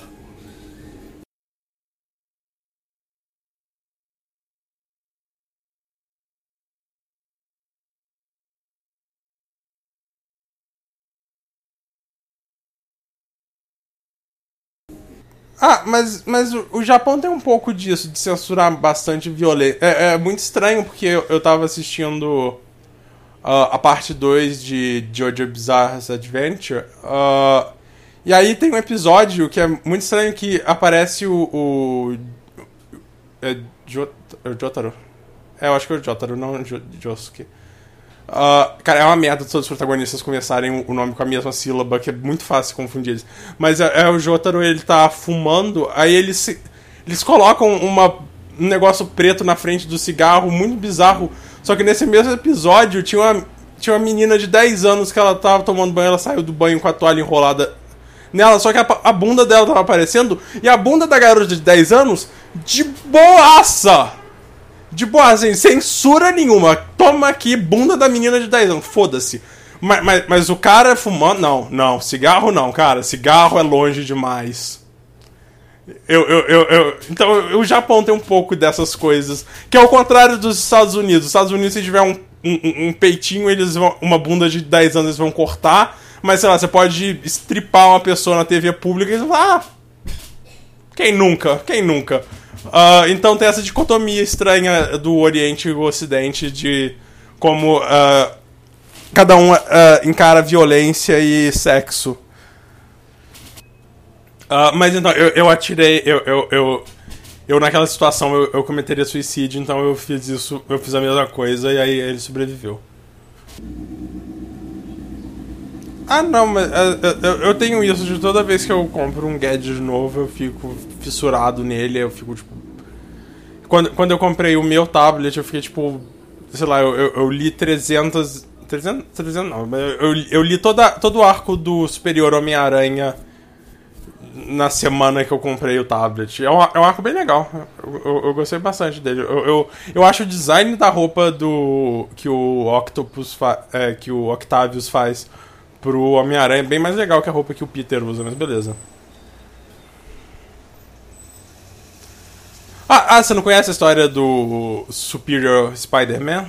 Mas o Japão tem um pouco disso, de censurar bastante violência. É muito estranho, porque eu tava assistindo a parte 2 de Jojo Bizarre's Adventure. E aí tem um episódio que é muito estranho, que aparece o Jotaro. Eu acho que é o Jotaro, não o Josuke. Cara, é uma merda todos os protagonistas começarem o nome com a mesma sílaba, que é muito fácil confundir eles. Mas o Jotaro, ele tá fumando, aí eles colocam um negócio preto na frente do cigarro, muito bizarro. Só que nesse mesmo episódio tinha uma menina de 10 anos que ela tava tomando banho, ela saiu do banho com a toalha enrolada nela, só que a bunda dela tava aparecendo, e a bunda da garota de 10 anos, de boaça! De boa, assim, censura nenhuma. Toma aqui, bunda da menina de 10 anos. Foda-se. Mas o cara fumando... Não. Cigarro não, cara. Cigarro é longe demais. Então, o Japão tem um pouco dessas coisas. Que é o contrário dos Estados Unidos. Os Estados Unidos, se tiver um peitinho, uma bunda de 10 anos, eles vão cortar. Mas, sei lá, você pode estripar uma pessoa na TV pública e você fala... Quem nunca? Então tem essa dicotomia estranha do Oriente e do Ocidente, de como cada um encara violência e sexo. Mas então, eu atirei, eu naquela situação eu cometeria suicídio, então eu fiz a mesma coisa e aí ele sobreviveu. Não, mas eu tenho isso de toda vez que eu compro um gadget novo, eu fico fissurado nele, eu fico tipo... Quando eu comprei o meu tablet, eu fiquei tipo... Sei lá, eu li 300 não, mas eu li todo o arco do Superior Homem-Aranha na semana que eu comprei o tablet. É um arco bem legal, eu gostei bastante dele. Eu acho o design da roupa que o que o Octavius faz pro Homem-Aranha bem mais legal que a roupa que o Peter usa, mas beleza. Você não conhece a história do Superior Spider-Man?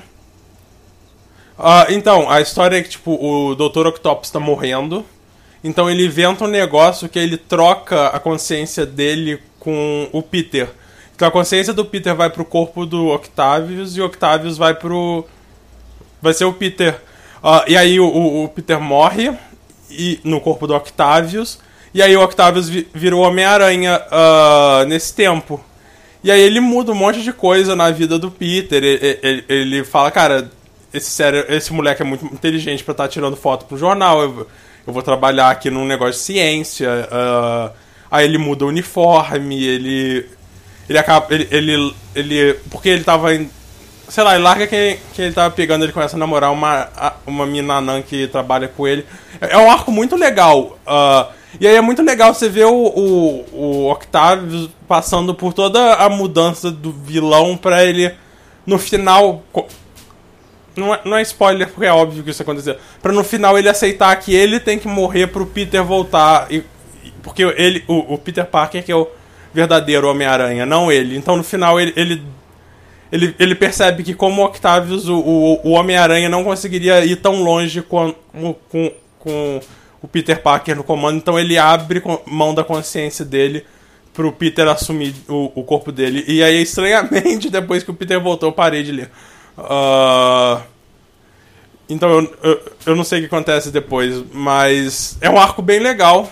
Então, a história é que, tipo, o Dr. Octopus tá morrendo. Então ele inventa um negócio que ele troca a consciência dele com o Peter. Então a consciência do Peter vai pro corpo do Octavius e o Octavius vai ser o Peter. E aí o Peter morre no corpo do Octavius. E aí o Octavius virou Homem-Aranha nesse tempo. E aí ele muda um monte de coisa na vida do Peter. Ele fala, cara, esse moleque é muito inteligente pra estar tirando foto pro jornal. Eu vou trabalhar aqui num negócio de ciência. Aí ele muda o uniforme, ele acaba. Porque ele tava em. Sei lá, ele larga quem ele tava pegando, ele começa a namorar uma mina anã que trabalha com ele. É um arco muito legal. E aí é muito legal você ver o Octavius passando por toda a mudança do vilão pra ele, no final... Não é spoiler, porque é óbvio que isso aconteceu. Pra no final ele aceitar que ele tem que morrer pro Peter voltar. Porque o Peter Parker que é o verdadeiro Homem-Aranha, não ele. Então no final ele percebe que como o Octavius, o Homem-Aranha não conseguiria ir tão longe com o Peter Parker no comando, então ele abre mão da consciência dele pro Peter assumir o corpo dele. E aí, estranhamente, depois que o Peter voltou, eu parei de ler. Então eu não sei o que acontece depois, mas é um arco bem legal.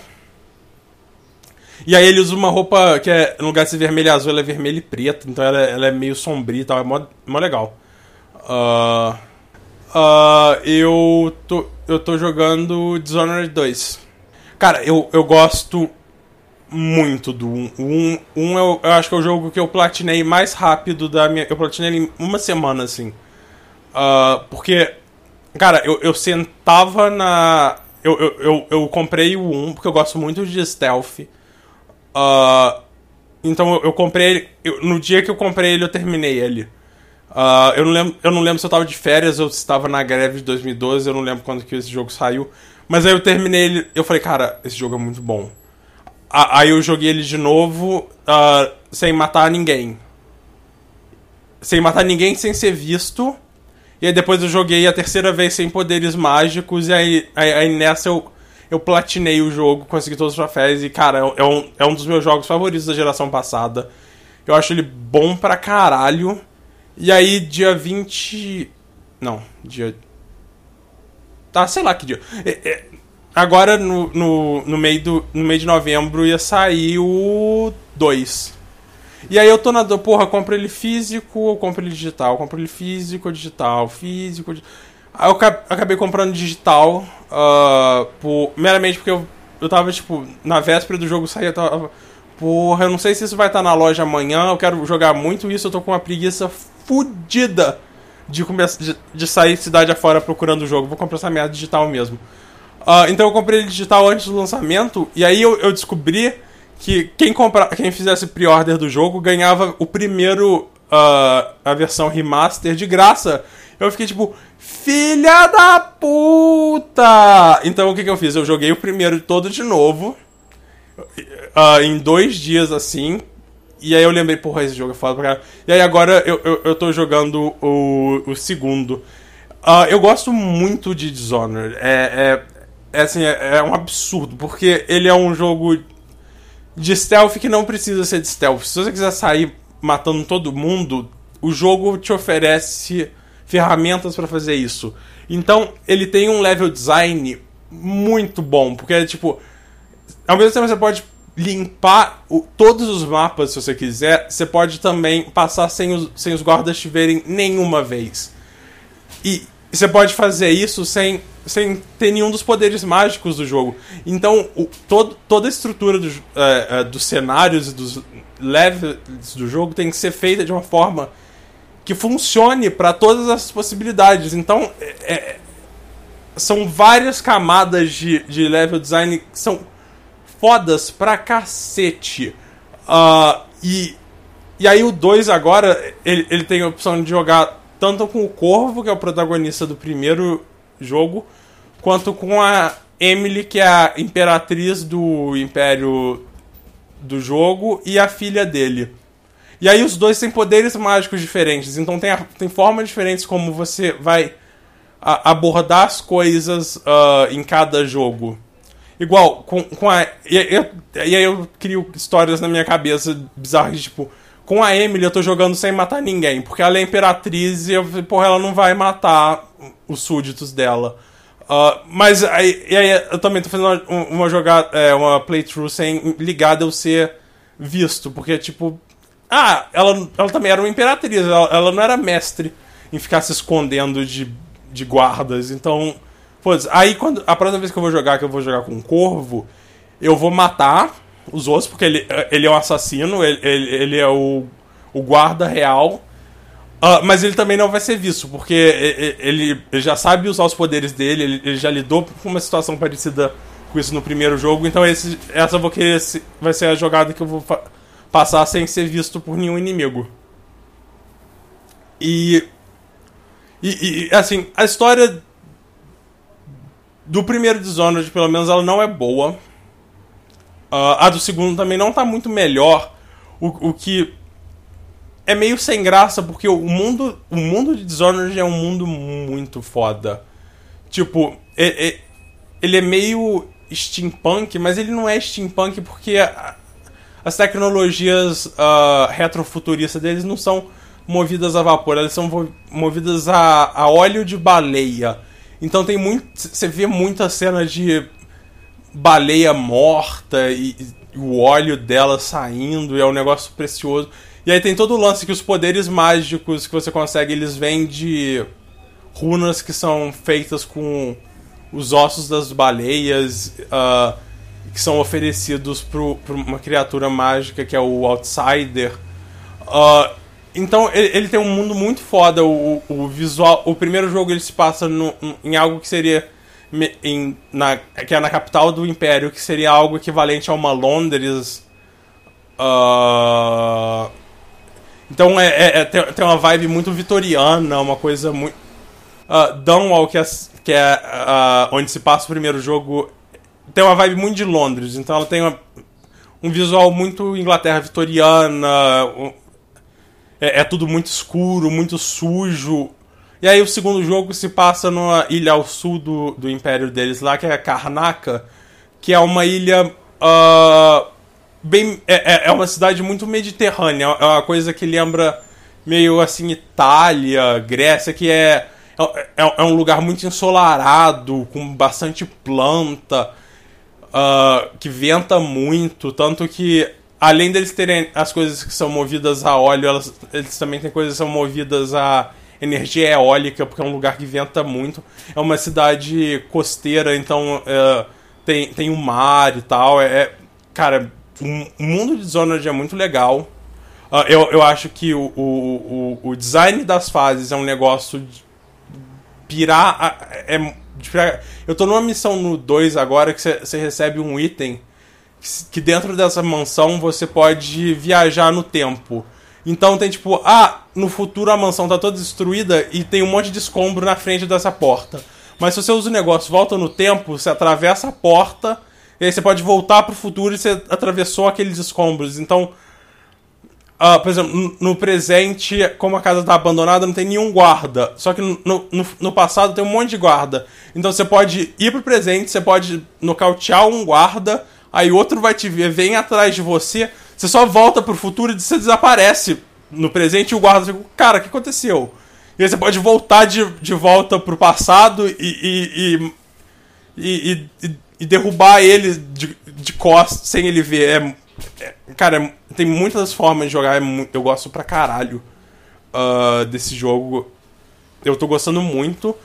E aí ele usa uma roupa que no lugar de ser vermelha e azul, ela é vermelha e preta, então ela é meio sombria e tal, é mó legal. Eu tô jogando Dishonored 2. Cara, eu gosto muito do 1. Eu acho que é o jogo que eu platinei mais rápido da minha... Eu platinei ele em uma semana, assim. Porque, cara, eu sentava na... Eu comprei o 1 porque eu gosto muito de stealth. Então eu comprei ele... No dia que eu comprei ele, eu terminei ele. Eu não lembro se eu tava de férias ou se estava na greve de 2012, eu não lembro quando que esse jogo saiu. Mas aí eu terminei ele, eu falei, cara, esse jogo é muito bom. Aí eu joguei ele de novo, sem matar ninguém. Sem matar ninguém, sem ser visto. E aí depois eu joguei a terceira vez sem poderes mágicos, e aí nessa eu platinei o jogo, consegui todos os troféus, e cara, é um dos meus jogos favoritos da geração passada. Eu acho ele bom pra caralho. E aí, dia 20... Não, dia... Tá, sei lá que dia. Agora, no meio de novembro, ia sair o 2. E aí eu tô na... Porra, compro ele físico ou compro ele digital? Compro ele físico ou digital? Físico... Aí eu acabei comprando digital, meramente porque eu tava, tipo, na véspera do jogo sair, eu tava... Porra, eu não sei se isso vai estar na loja amanhã, eu quero jogar muito isso, eu tô com uma preguiça fudida de sair cidade afora procurando o jogo. Vou comprar essa merda digital mesmo. Então eu comprei ele digital antes do lançamento, e aí eu descobri que quem fizesse pre-order do jogo ganhava o primeiro, a versão remaster de graça. Eu fiquei tipo, filha da puta! Então o que eu fiz? Eu joguei o primeiro todo de novo, em 2 dias assim. E aí eu lembrei, porra, esse jogo é foda pra caralho. E aí agora eu tô jogando o segundo. Eu gosto muito de Dishonored. Assim, é um absurdo, porque ele é um jogo de stealth que não precisa ser de stealth. Se você quiser sair matando todo mundo, o jogo te oferece ferramentas pra fazer isso. Então, ele tem um level design muito bom, porque tipo, ao mesmo tempo você pode limpar todos os mapas se você quiser, você pode também passar sem os guardas te verem nenhuma vez. E você pode fazer isso sem ter nenhum dos poderes mágicos do jogo. Então, toda a estrutura dos cenários e dos levels do jogo tem que ser feita de uma forma que funcione para todas as possibilidades. Então, são várias camadas de level design que são fodas pra cacete. E aí o 2 agora, ele tem a opção de jogar tanto com o Corvo, que é o protagonista do primeiro jogo, quanto com a Emily, que é a imperatriz do império do jogo, e a filha dele. E aí os dois têm poderes mágicos diferentes, então tem formas diferentes como você vai abordar as coisas em cada jogo. Igual, e aí eu crio histórias na minha cabeça bizarras, tipo, com a Emily eu tô jogando sem matar ninguém, porque ela é imperatriz e ela não vai matar os súditos dela. Mas aí eu também tô fazendo uma jogada, uma playthrough sem ligada eu ser visto, porque tipo, ela também era uma imperatriz, ela não era mestre em ficar se escondendo de guardas, então... Pô, aí a próxima vez que eu vou jogar com um corvo, eu vou matar os outros, porque ele é um assassino, ele é o guarda real. Mas ele também não vai ser visto, porque ele já sabe usar os poderes dele, ele já lidou com uma situação parecida com isso no primeiro jogo, então essa vai ser a jogada que eu vou passar sem ser visto por nenhum inimigo. E assim, a história do primeiro Dishonored, pelo menos, ela não é boa. A do segundo também não tá muito melhor, o que é meio sem graça, porque o mundo de Dishonored é um mundo muito foda. Tipo, ele é meio steampunk, mas ele não é steampunk porque as tecnologias retrofuturistas deles não são movidas a vapor, elas são movidas a óleo de baleia. Então você vê muita cena de baleia morta e o óleo dela saindo, e é um negócio precioso. E aí tem todo o lance que os poderes mágicos que você consegue, eles vêm de runas que são feitas com os ossos das baleias, que são oferecidos por uma criatura mágica que é o Outsider. Então ele tem um mundo muito foda. O visual, o primeiro jogo ele se passa em algo que seria que é na capital do Império, que seria algo equivalente a uma Londres. Então tem uma vibe muito vitoriana, uma coisa muito... Dunwall, que é onde se passa o primeiro jogo, tem uma vibe muito de Londres. Então ela tem um visual muito Inglaterra vitoriana, é tudo muito escuro, muito sujo. E aí o segundo jogo se passa numa ilha ao sul do império deles lá, que é Karnaca, que é uma ilha... É uma cidade muito mediterrânea, é uma coisa que lembra meio assim Itália, Grécia, que é um lugar muito ensolarado, com bastante planta, que venta muito, tanto que além deles terem as coisas que são movidas a óleo, eles também têm coisas que são movidas a energia eólica, porque é um lugar que venta muito. É uma cidade costeira, então tem o mar e tal. Cara, o mundo de Dishonored é muito legal. Eu acho que o design das fases é um negócio de pirar. Eu tô numa missão no 2 agora que você recebe um item que dentro dessa mansão você pode viajar no tempo. Então tem tipo, no futuro a mansão tá toda destruída e tem um monte de escombro na frente dessa porta. Mas se você usa o negócio, volta no tempo, você atravessa a porta, e aí você pode voltar pro futuro e você atravessou aqueles escombros. Então, por exemplo, no presente, como a casa tá abandonada, não tem nenhum guarda. Só que no passado tem um monte de guarda. Então você pode ir pro presente, você pode nocautear um guarda, aí outro vai te ver, vem atrás de você, você só volta pro futuro e você desaparece no presente e o guarda fica, cara, o que aconteceu? E aí você pode voltar de volta pro passado e derrubar ele de costas sem ele ver. Cara, tem muitas formas de jogar, eu gosto pra caralho desse jogo. Eu tô gostando muito.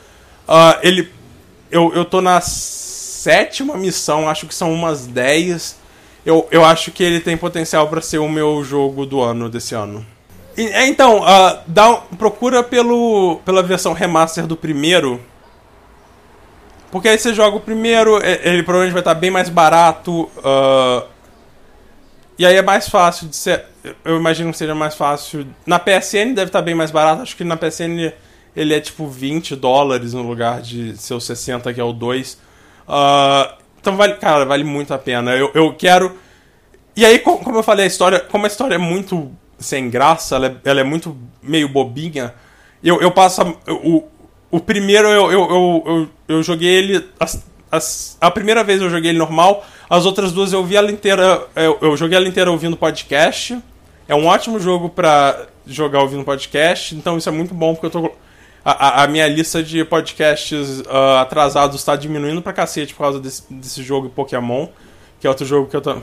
Eu tô na 7ª missão, acho que são umas 10. Eu acho que ele tem potencial pra ser o meu jogo do ano, desse ano. Então, procura pela versão remaster do primeiro. Porque aí você joga o primeiro, ele provavelmente vai estar bem mais barato. E aí é mais fácil de ser... Eu imagino que seja mais fácil... Na PSN deve estar bem mais barato. Acho que na PSN ele é tipo $20 no lugar de seus 60, que é o 2. Então vale muito a pena. Eu quero... E aí, como eu falei, como a história é muito sem graça, ela é muito meio bobinha, eu passo... O primeiro eu joguei ele... A primeira vez eu joguei ele normal, as outras duas eu vi ela inteira. Eu joguei ela inteira ouvindo podcast. É um ótimo jogo pra jogar ouvindo podcast, então isso é muito bom, porque eu tô. A minha lista de podcasts atrasados tá diminuindo pra cacete por causa desse jogo Pokémon, que é outro jogo que eu tô.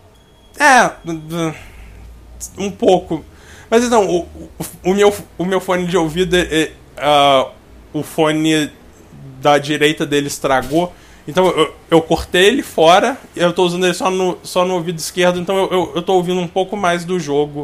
Um pouco. Mas então, o meu fone de ouvido, o fone da direita dele estragou. Então eu cortei ele fora, eu tô usando ele só no ouvido esquerdo, então eu tô ouvindo um pouco mais do jogo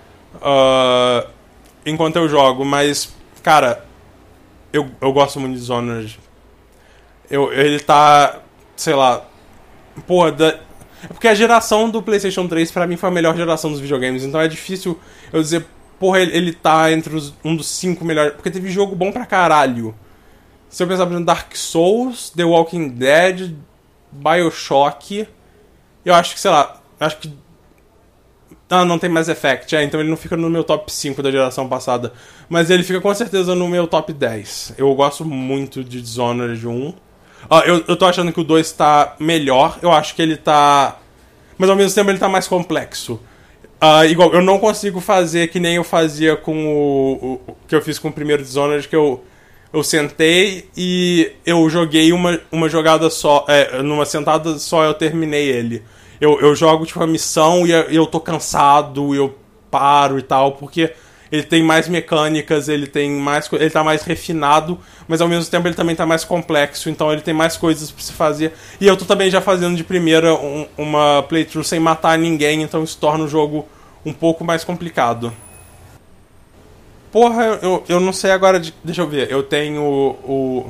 enquanto eu jogo, mas, cara, eu gosto muito de Dishonored. Ele tá, sei lá, porra, porque a geração do PlayStation 3 pra mim foi a melhor geração dos videogames, então é difícil eu dizer, porra, ele tá entre um dos 5 melhores, porque teve jogo bom pra caralho. Se eu pensar, por exemplo, Dark Souls, The Walking Dead, BioShock, eu acho que, sei lá, acho que... Ah, não tem Mass Effect, então ele não fica no meu top 5 da geração passada, mas ele fica com certeza no meu top 10. Eu gosto muito de Dishonored 1. Eu tô achando que o 2 tá melhor, eu acho que ele tá... Mas ao mesmo tempo ele tá mais complexo. Igual, eu não consigo fazer que nem eu fazia com o que eu fiz com o primeiro Dishonored, que eu sentei e eu joguei uma jogada só. Numa sentada só eu terminei ele. Eu jogo tipo a missão e eu tô cansado, eu paro e tal, porque ele tem mais mecânicas, ele tá mais refinado, mas ao mesmo tempo ele também tá mais complexo, então ele tem mais coisas pra se fazer. E eu tô também já fazendo de primeira uma playthrough sem matar ninguém, então isso torna o jogo um pouco mais complicado. Porra, eu não sei agora deixa eu ver. Eu tenho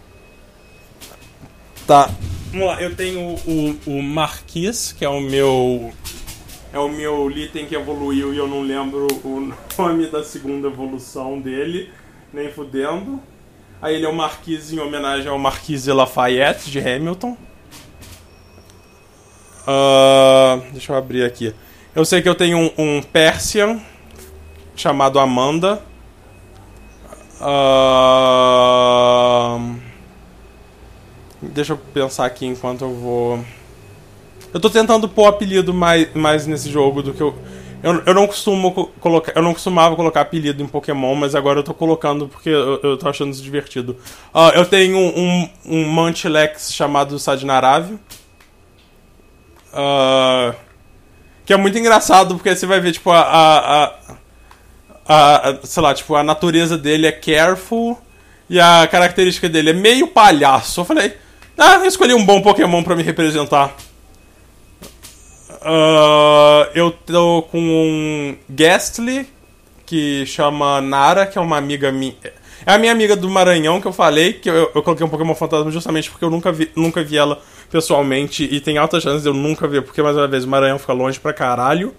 Tá. Vamos lá, eu tenho o Marquis, que é o meu item que evoluiu e eu não lembro o nome da segunda evolução dele, nem fudendo. Aí ele é o Marquis em homenagem ao Marquis de Lafayette, de Hamilton. Deixa eu abrir aqui. Eu sei que eu tenho um Persian chamado Amanda. Deixa eu pensar aqui enquanto eu vou... Eu tô tentando pôr apelido mais nesse jogo do que eu não costumo colocar... Eu não costumava colocar apelido em Pokémon, mas agora eu tô colocando porque eu tô achando isso divertido. Eu tenho um Munchlax chamado Sadnarav. Que é muito engraçado, porque você vai ver, tipo, sei lá, tipo, a natureza dele é careful e a característica dele é meio palhaço. Eu falei, eu escolhi um bom Pokémon pra me representar. Eu tô com um Gastly, que chama Nara, que é uma amiga minha. É a minha amiga do Maranhão que eu falei, que eu coloquei um Pokémon Fantasma justamente porque eu nunca vi ela pessoalmente e tem altas chances de eu nunca ver, porque mais uma vez o Maranhão fica longe pra caralho.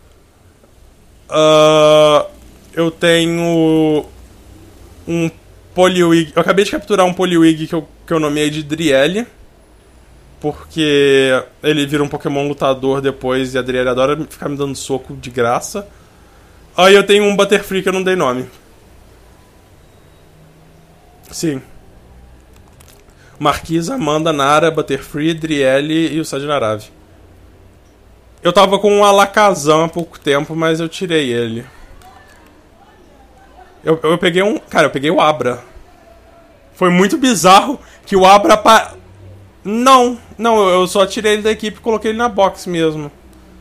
Eu tenho um Poliwig. Eu acabei de capturar um Poliwig que eu nomeei de Driele, porque ele vira um Pokémon lutador depois e a Driele adora ficar me dando soco de graça. Aí eu tenho um Butterfree que eu não dei nome. Sim. Marquisa, Amanda, Nara, Butterfree, Driele e o Sadnarav. Eu tava com um Alakazam há pouco tempo, mas eu tirei ele. Eu peguei eu peguei o Abra. Foi muito bizarro que o Abra... Não, eu só tirei ele da equipe e coloquei ele na box mesmo.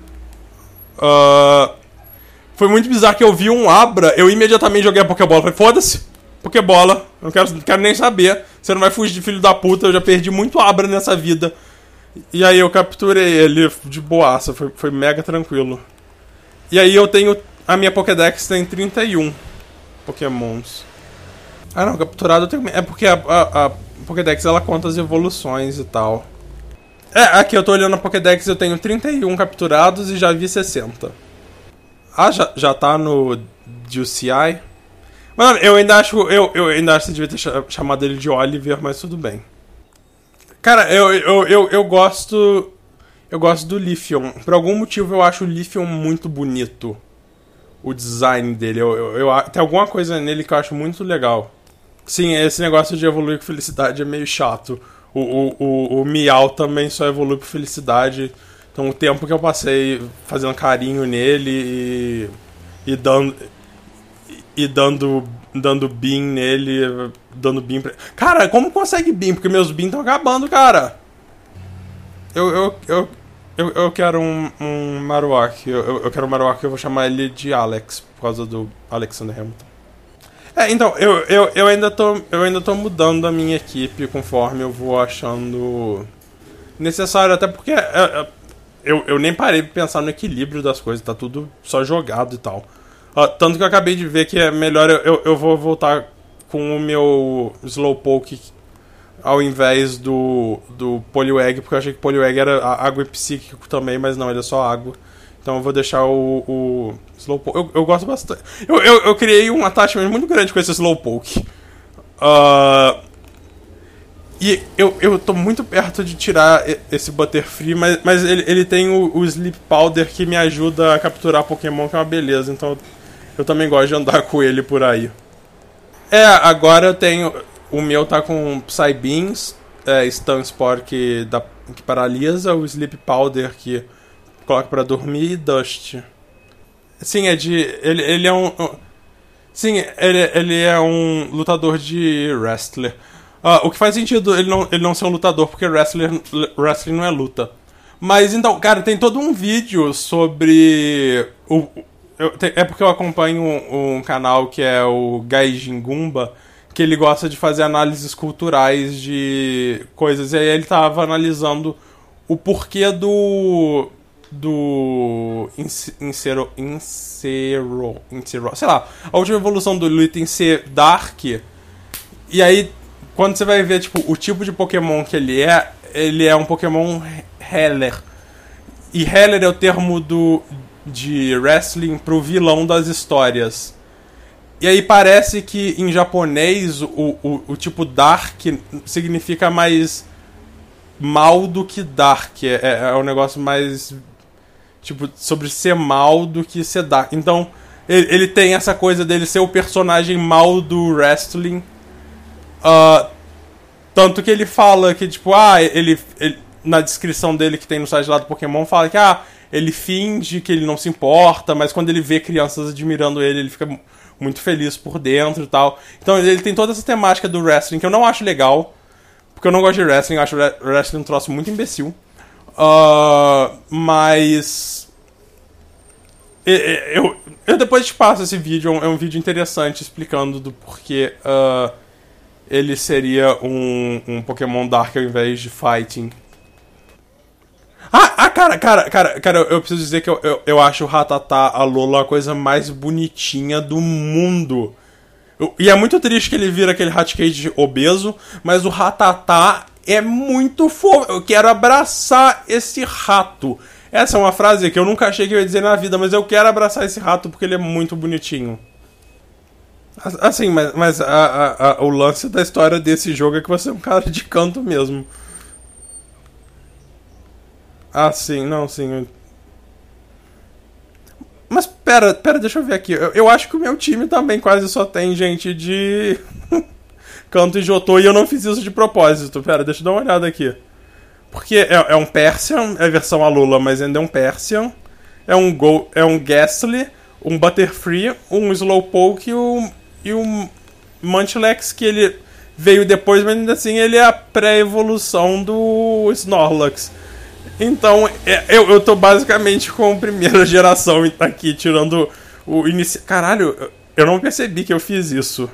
Foi muito bizarro que eu vi um Abra, eu imediatamente joguei a Pokébola. Falei, foda-se, Pokébola, eu não quero nem saber. Você não vai fugir de filho da puta, eu já perdi muito Abra nessa vida. E aí eu capturei ele de boaça, foi mega tranquilo. E aí eu tenho... A minha Pokédex tem 31 Pokémons. Não, capturado eu tenho... É porque a Pokédex ela conta as evoluções e tal. Aqui eu tô olhando a Pokédex, eu tenho 31 capturados e já vi 60. Já tá no DCI? Mano, eu ainda acho que você devia ter chamado ele de Oliver, mas tudo bem. Cara, eu gosto... Eu gosto do Leafeon. Por algum motivo eu acho o Leafeon muito bonito. O design dele. Tem alguma coisa nele que eu acho muito legal. Sim, esse negócio de evoluir com felicidade é meio chato. O Miau também só evolui por felicidade. Então o tempo que eu passei fazendo carinho nele e dando beam nele, dando beam pra... Cara, como consegue beam? Porque meus beam estão acabando, cara. Eu quero um Marowak. Eu quero um Marowak, eu vou chamar ele de Alex, por causa do Alexander Hamilton. Então, eu ainda tô mudando a minha equipe conforme eu vou achando necessário, até porque eu nem parei de pensar no equilíbrio das coisas, tá tudo só jogado e tal. Tanto que eu acabei de ver que é melhor eu vou voltar com o meu Slowpoke ao invés do Poliwag, porque eu achei que Poliwag era água e psíquico também, mas não, ele é só água. Então eu vou deixar o Slowpoke. Eu gosto bastante. Eu criei um attachment muito grande com esse Slowpoke. E eu tô muito perto de tirar esse Butterfree, mas ele tem o Sleep Powder que me ajuda a capturar Pokémon, que é uma beleza. Então eu também gosto de andar com ele por aí. Agora eu tenho... O meu tá com Psybeams, Stun Spore que paralisa, o Sleep Powder que coloca pra dormir e Dust. Sim, ele é um... Sim, ele é um lutador de wrestler. O que faz sentido ele não ser um lutador, porque wrestling não é luta. Mas então, cara, tem todo um vídeo sobre... É porque eu acompanho um canal que é o Gaijin Gumba, que ele gosta de fazer análises culturais de coisas. E aí ele tava analisando o porquê do Insero, sei lá, a última evolução do Litten ser Dark. E aí, quando você vai ver tipo, o tipo de Pokémon que ele é um Pokémon Heller. E Heller é o termo de wrestling pro vilão das histórias. E aí parece que em japonês o tipo Dark significa mais mal do que Dark. É um negócio mais tipo sobre ser mal do que ser Dark. Então ele tem essa coisa dele ser o personagem mal do wrestling. Tanto que ele fala que tipo, ele na descrição dele que tem no site lá do Pokémon fala que ele finge que ele não se importa, mas quando ele vê crianças admirando ele fica muito feliz por dentro e tal. Então ele tem toda essa temática do wrestling que eu não acho legal, porque eu não gosto de wrestling, eu acho wrestling um troço muito imbecil. Mas eu depois te passo esse vídeo, é um vídeo interessante explicando do porquê ele seria um Pokémon Dark ao invés de Fighting. Cara, eu preciso dizer que eu acho o Rattata Alola a coisa mais bonitinha do mundo. E é muito triste que ele vira aquele Hatcade obeso, mas o Rattata é muito fofo. Eu quero abraçar esse rato. Essa é uma frase que eu nunca achei que eu ia dizer na vida, mas eu quero abraçar esse rato porque ele é muito bonitinho. Assim, mas o lance da história desse jogo é que você é um cara de canto mesmo. Sim, não, sim. Mas pera, deixa eu ver aqui. Eu acho que o meu time também quase só tem gente de Kanto e Johto, e eu não fiz isso de propósito. Pera, deixa eu dar uma olhada aqui. Porque é um Persian, é a versão Alola, mas ainda é um Persian. É um Gastly, um Butterfree, um Slowpoke e um Munchlax, que ele veio depois, mas ainda assim ele é a pré-evolução do Snorlax. Então, eu tô basicamente com a primeira geração aqui, tirando o início. Caralho, eu não percebi que eu fiz isso.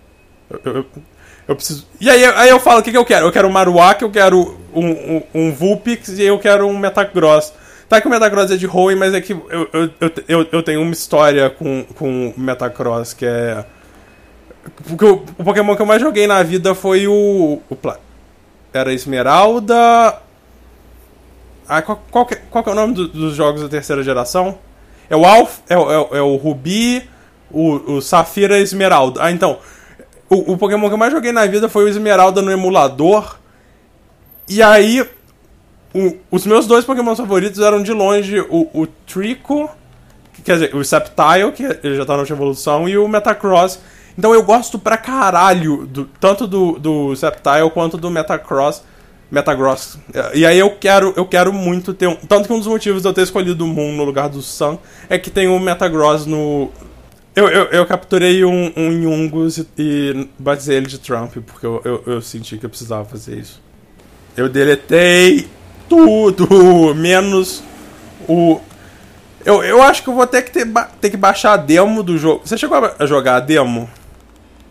Eu preciso... E aí eu falo o que eu quero. Eu quero um Marowak, eu quero um Vulpix e eu quero um Metagross. Tá que o Metagross é de Hoenn, mas é que eu tenho uma história com o Metagross, que é... Porque o Pokémon que eu mais joguei na vida foi era Esmeralda... Qual que é o nome dos jogos da terceira geração? É o Alpha, é o Rubi, o Safira e Esmeralda. Então, o Pokémon que eu mais joguei na vida foi o Esmeralda no emulador. E aí, os meus dois Pokémon favoritos eram de longe o Trico, quer dizer, o Sceptile, que ele já tá na última evolução, e o Metacross. Então eu gosto pra caralho tanto do Sceptile quanto do Metagross. E aí eu quero muito ter tanto que um dos motivos de eu ter escolhido o Moon no lugar do Sun é que tem o Metagross no... Eu capturei um Yungus e batizei ele de Trump, porque eu senti que eu precisava fazer isso. Eu deletei tudo, menos o... Eu acho que eu vou ter que baixar a demo do jogo. Você chegou a jogar a demo?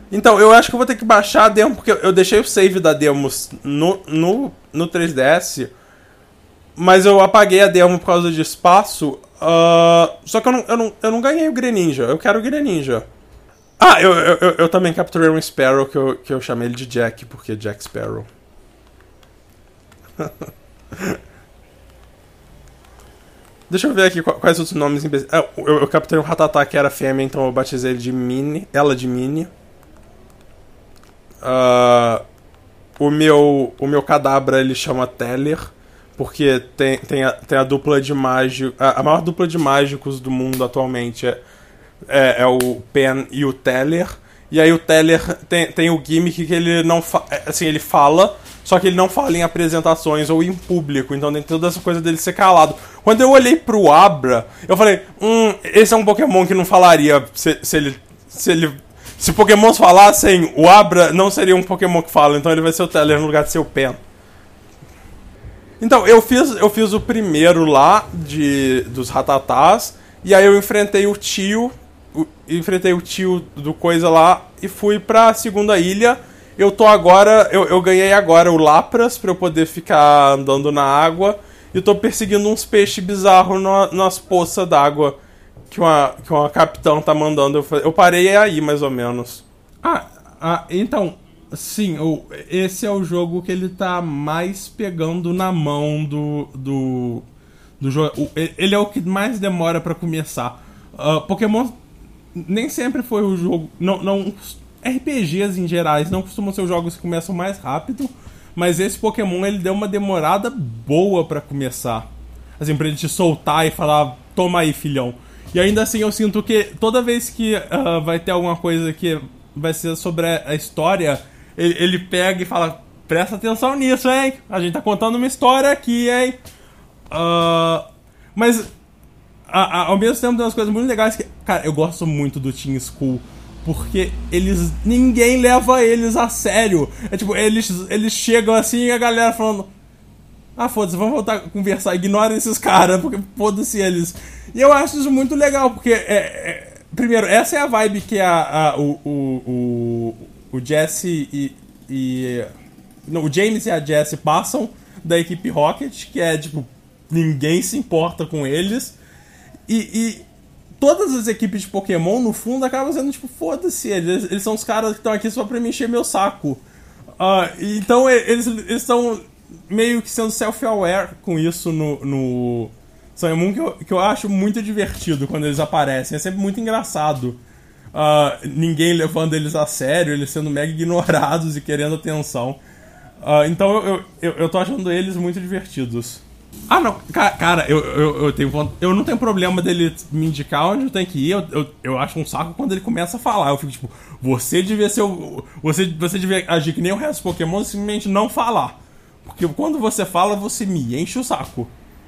Então, eu acho que eu vou ter que baixar a demo, porque eu deixei o save da demo no 3DS, mas eu apaguei a demo por causa de espaço. Só que eu não ganhei o Greninja, eu quero o Greninja. Ah, eu também capturei um Sparrow que eu chamei ele de Jack, porque Jack Sparrow. Deixa eu ver aqui quais outros nomes. Eu capturei um Rattata que era fêmea, então eu batizei ele de Minnie, ela de Minnie. Ah, o meu Kadabra ele chama Teller, porque tem a dupla de mágicos. A maior dupla de mágicos do mundo atualmente é o Pen e o Teller. E aí o Teller tem o gimmick que ele não assim, ele fala, só que ele não fala em apresentações ou em público, então tem toda essa coisa dele ser calado. Quando eu olhei pro Abra, eu falei, esse é um Pokémon que não falaria se Pokémons falassem, o Abra não seria um Pokémon que fala, então ele vai ser o Teller no lugar de ser o Pen. Então, eu fiz o primeiro lá dos Ratatás, e aí eu enfrentei o tio do coisa lá e fui pra segunda ilha. Eu tô agora, eu ganhei agora o Lapras pra eu poder ficar andando na água, e tô perseguindo uns peixes bizarros nas poças d'água que uma capitão tá mandando. Eu parei aí, mais ou menos. Então, sim, esse é o jogo que ele tá mais pegando na mão do jogo. Ele é o que mais demora pra começar. Pokémon nem sempre foi o jogo. Não, RPGs em gerais não costumam ser os jogos que começam mais rápido, mas esse Pokémon ele deu uma demorada boa pra começar. Assim, pra ele te soltar e falar, toma aí, filhão. E ainda assim eu sinto que toda vez que vai ter alguma coisa que vai ser sobre a história, ele pega e fala, presta atenção nisso, hein? A gente tá contando uma história aqui, hein? Mas ao mesmo tempo tem umas coisas muito legais que, cara, eu gosto muito do Team School, porque ninguém leva eles a sério. É tipo, eles chegam assim e a galera falando, foda-se, vamos voltar a conversar, ignora esses caras, porque foda-se eles. E eu acho isso muito legal, porque primeiro, essa é a vibe que o Jesse não, o James e a Jessie passam da equipe Rocket, que é tipo, ninguém se importa com eles. E todas as equipes de Pokémon, no fundo, acabam sendo tipo, foda-se eles são os caras que estão aqui só pra me encher meu saco. Então eles estão meio que sendo self-aware com isso no Sun and Moon, que eu acho muito divertido quando eles aparecem. É sempre muito engraçado. Ninguém levando eles a sério, eles sendo mega ignorados e querendo atenção. Então eu tô achando eles muito divertidos. Não, cara, eu não tenho problema dele me indicar onde eu tenho que ir. Eu acho um saco quando ele começa a falar. Eu fico tipo, você devia ser você devia agir que nem o resto dos Pokémon e simplesmente não falar. Porque quando você fala, você me enche o saco.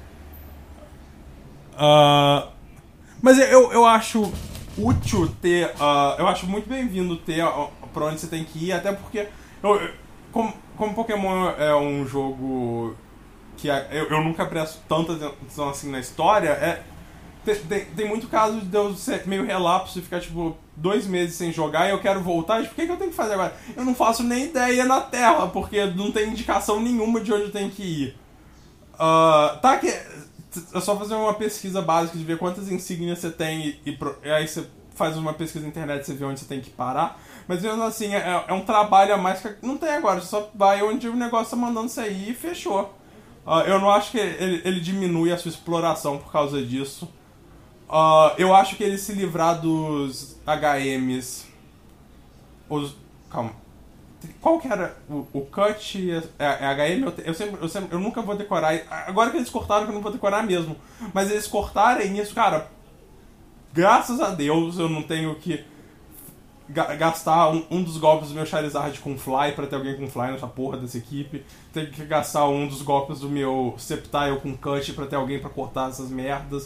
Mas eu acho útil ter. Eu acho muito bem-vindo ter pra onde você tem que ir, até porque. Como Pokémon é um jogo que eu nunca presto tanta atenção assim na história, tem muito caso de eu ser meio relapso e ficar tipo 2 meses sem jogar e eu quero voltar. Tipo, o que eu tenho que fazer agora? Eu não faço nem ideia na Terra, porque não tem indicação nenhuma de onde eu tenho que ir. Que é só fazer uma pesquisa básica de ver quantas insígnias você tem e aí você faz uma pesquisa na internet e você vê onde você tem que parar. Mas mesmo assim, é um trabalho a mais que não tem agora. Você só vai onde o negócio tá mandando você ir e fechou. Eu não acho que ele diminui a sua exploração por causa disso. Eu acho que ele se livrar dos HMs. Calma. Qual que era? O Cut HM? Eu nunca vou decorar. Agora que eles cortaram, que eu não vou decorar mesmo. Mas eles cortarem isso, cara. Graças a Deus eu não tenho que gastar um dos golpes do meu Charizard com Fly pra ter alguém com Fly nessa porra dessa equipe. Tenho que gastar um dos golpes do meu Sceptile com Cut pra ter alguém pra cortar essas merdas.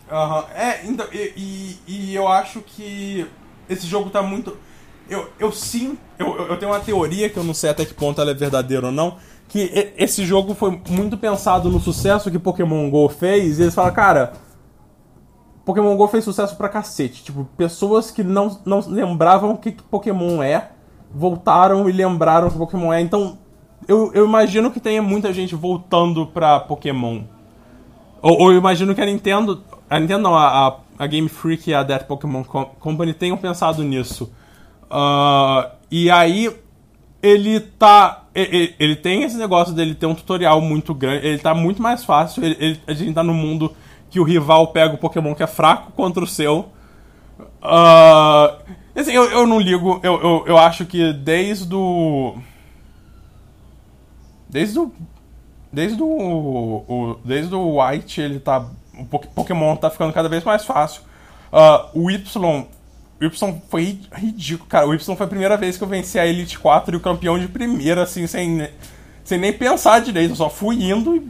Aham. Então, e eu acho que esse jogo tá muito. Eu sim, eu tenho uma teoria que eu não sei até que ponto ela é verdadeira ou não. Que esse jogo foi muito pensado no sucesso que Pokémon GO fez. E eles falam, cara, Pokémon GO fez sucesso pra cacete. Tipo, pessoas que não lembravam o que Pokémon é, voltaram e lembraram o que Pokémon é. Então, eu imagino que tenha muita gente voltando pra Pokémon. Ou eu imagino que a Nintendo. A Nintendo não, a Game Freak e a Dead Pokémon Company tenham pensado nisso. E aí, ele tá. Ele tem esse negócio dele ter um tutorial muito grande. Ele tá muito mais fácil. A gente tá num mundo que o rival pega o Pokémon que é fraco contra o seu. Assim, eu não ligo. Eu acho que desde o. Desde o White, ele tá. O Pokémon tá ficando cada vez mais fácil. O Y. O Y foi ridículo, cara. O Y foi a primeira vez que eu venci a Elite 4 e o campeão de primeira, assim, sem nem pensar direito. Eu só fui indo e.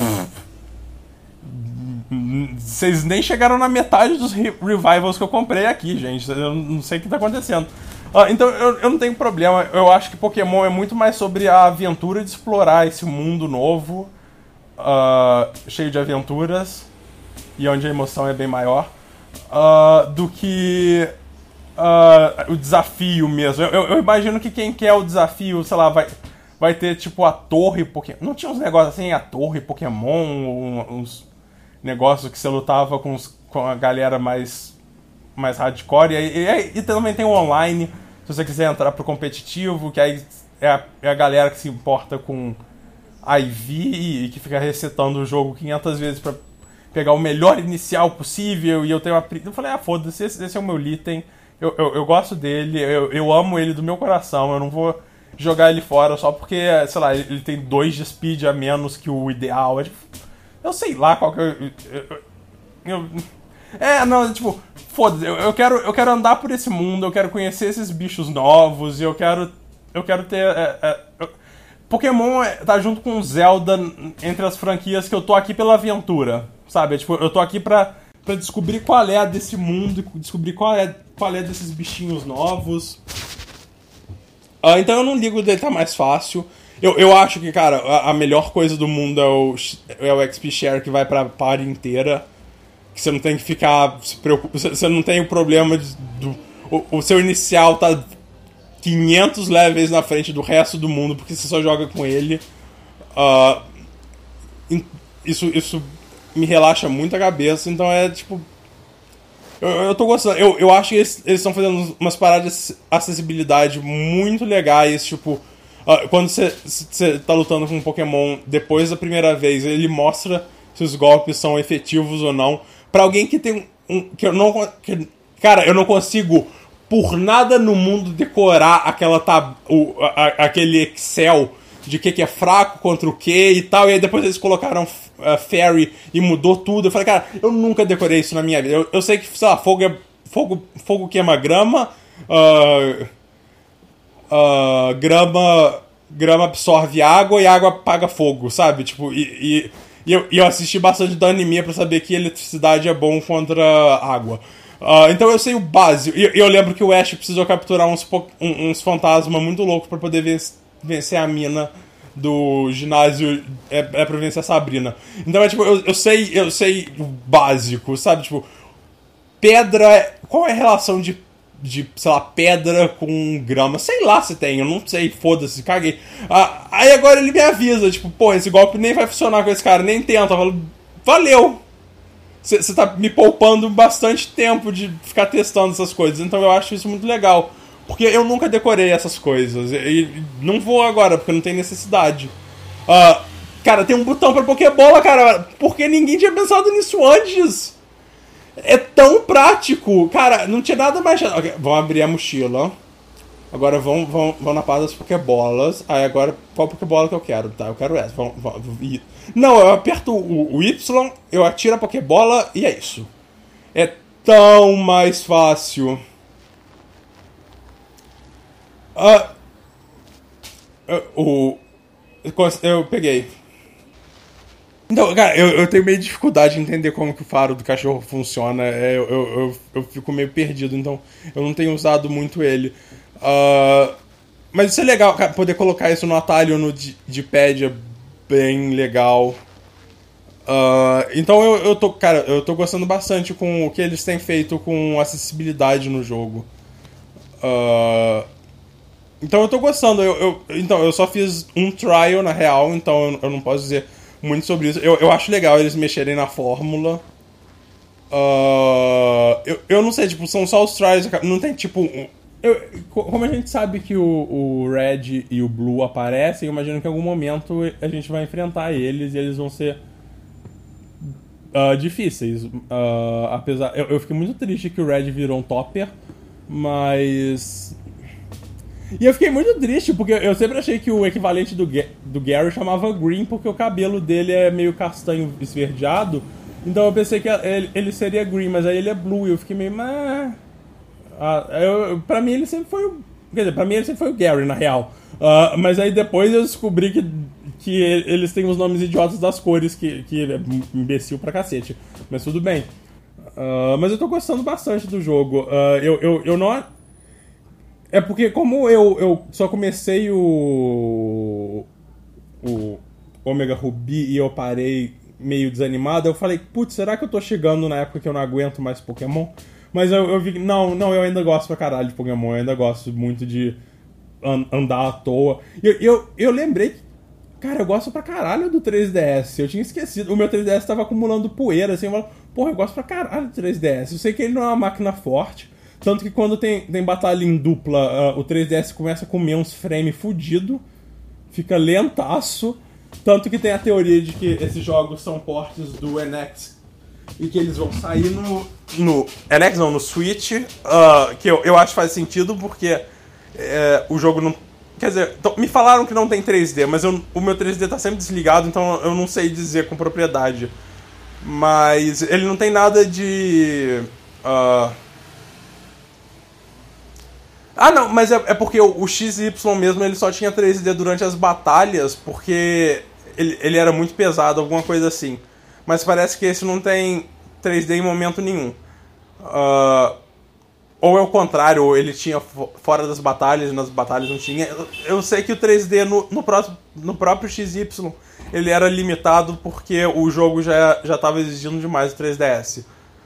Vocês nem chegaram na metade dos revivals que eu comprei aqui, gente. Eu não sei o que tá acontecendo. Então eu não tenho problema. Eu acho que Pokémon é muito mais sobre a aventura de explorar esse mundo novo, cheio de aventuras, e onde a emoção é bem maior, do que o desafio mesmo. Eu imagino que quem quer o desafio, sei lá, vai ter tipo a torre Pokémon. Não tinha uns negócios assim, a torre Pokémon, uns negócios que você lutava com a galera mais hardcore. E também tem o online, se você quiser entrar pro competitivo, que aí é a galera que se importa com IV e que fica resetando o jogo 500 vezes pra pegar o melhor inicial possível. E eu tenho eu falei, foda-se, esse é o meu item. Eu gosto dele, eu amo ele do meu coração. Eu não vou jogar ele fora só porque, sei lá, ele tem 2 de speed a menos que o ideal. Eu sei lá qual que não, tipo, foda-se, eu quero andar por esse mundo, eu quero conhecer esses bichos novos, e eu quero ter. Pokémon tá junto com Zelda entre as franquias que eu tô aqui pela aventura, sabe? Tipo, eu tô aqui pra descobrir qual é desse mundo, descobrir qual é desses bichinhos novos. Então eu não ligo dele tá mais fácil. Eu acho que, cara, a melhor coisa do mundo é o XP Share que vai pra party inteira. Que você não tem que ficar se preocupando. Você não tem o problema o seu inicial tá 500 levels na frente do resto do mundo porque você só joga com ele. Isso me relaxa muito a cabeça. Então é tipo. Eu tô gostando. Eu acho que eles estão fazendo umas paradas de acessibilidade muito legais. Tipo, quando você tá lutando com um Pokémon depois da primeira vez, ele mostra se os golpes são efetivos ou não. Pra alguém que tem que eu não. Cara, eu não consigo por nada no mundo decorar aquele Excel de que é fraco contra o que e tal. E aí depois eles colocaram Fairy e mudou tudo. Eu falei, cara, eu nunca decorei isso na minha vida. Eu sei que, sei lá, fogo queima grama, grama absorve água e água apaga fogo, sabe? Tipo, e eu assisti bastante do anime pra saber que eletricidade é bom contra água. Então eu sei o básico. E eu lembro que o Ash precisou capturar uns fantasmas muito loucos pra poder vencer a mina do ginásio. Pra vencer a Sabrina. Então é tipo, eu sei o básico, sabe? Tipo, pedra. Qual é a relação de sei lá, pedra com grama? Sei lá se tem, eu não sei, foda-se, caguei. Aí agora ele me avisa, tipo, pô, esse golpe nem vai funcionar com esse cara, nem tenta. Eu falo, valeu! Você tá me poupando bastante tempo de ficar testando essas coisas, então eu acho isso muito legal. Porque eu nunca decorei essas coisas, e não vou agora, porque não tem necessidade. Cara, tem um botão pra Pokébola, cara, porque ninguém tinha pensado nisso antes. É tão prático. Cara, não tinha nada mais... Okay, vamos abrir a mochila. Agora vão na parte das Pokébolas. Aí agora, qual Pokébola que eu quero? Tá, eu quero essa. Não, eu aperto o Y, eu atiro a Pokébola e é isso. É tão mais fácil. Eu peguei. Então, cara, eu tenho meio dificuldade em entender como que o faro do cachorro funciona. Eu fico meio perdido, então eu não tenho usado muito ele. Mas isso é legal, cara, poder colocar isso no atalho no D-pad é bem legal. Então eu tô gostando bastante com o que eles têm feito com acessibilidade no jogo. Então eu tô gostando. Então eu só fiz um trial na real, então eu não posso dizer muito sobre isso. Eu acho legal eles mexerem na fórmula. Eu não sei, tipo, são só os trials. Não tem tipo. Como a gente sabe que o Red e o Blue aparecem, eu imagino que em algum momento a gente vai enfrentar eles e eles vão ser difíceis. Apesar. Eu fiquei muito triste que o Red virou um topper, mas. E eu fiquei muito triste, porque eu sempre achei que o equivalente do Gary chamava Green, porque o cabelo dele é meio castanho esverdeado. Então eu pensei que ele seria Green, mas aí ele é Blue, e eu fiquei meio... pra mim ele sempre foi o... Quer dizer, pra mim ele sempre foi o Gary, na real. Mas aí depois eu descobri que eles têm os nomes idiotas das cores, que é imbecil pra cacete. Mas tudo bem. Mas eu tô gostando bastante do jogo. Eu não... É porque como eu só comecei o Omega Ruby e eu parei meio desanimado, eu falei, putz, será que eu tô chegando na época que eu não aguento mais Pokémon? Mas eu vi que, não, eu ainda gosto pra caralho de Pokémon, eu ainda gosto muito de andar à toa. Eu lembrei que, cara, eu gosto pra caralho do 3DS, eu tinha esquecido, o meu 3DS tava acumulando poeira, assim, eu falei, porra, eu gosto pra caralho do 3DS, eu sei que ele não é uma máquina forte, tanto que quando tem batalha em dupla, o 3DS começa a comer uns frames fudido, fica lentaço. Tanto que tem a teoria de que esses jogos são portes do NX e que eles vão sair no NX não, no Switch, que eu acho que faz sentido porque o jogo não... Quer dizer, me falaram que não tem 3D, mas o meu 3D tá sempre desligado, então eu não sei dizer com propriedade. Mas ele não tem nada de... não, mas é porque o XY mesmo ele só tinha 3D durante as batalhas, porque ele era muito pesado, alguma coisa assim. Mas parece que esse não tem 3D em momento nenhum. Ou é o contrário, ou ele tinha fora das batalhas, nas batalhas não tinha. Eu sei que o 3D no próprio XY ele era limitado porque o jogo já estava exigindo demais o 3DS.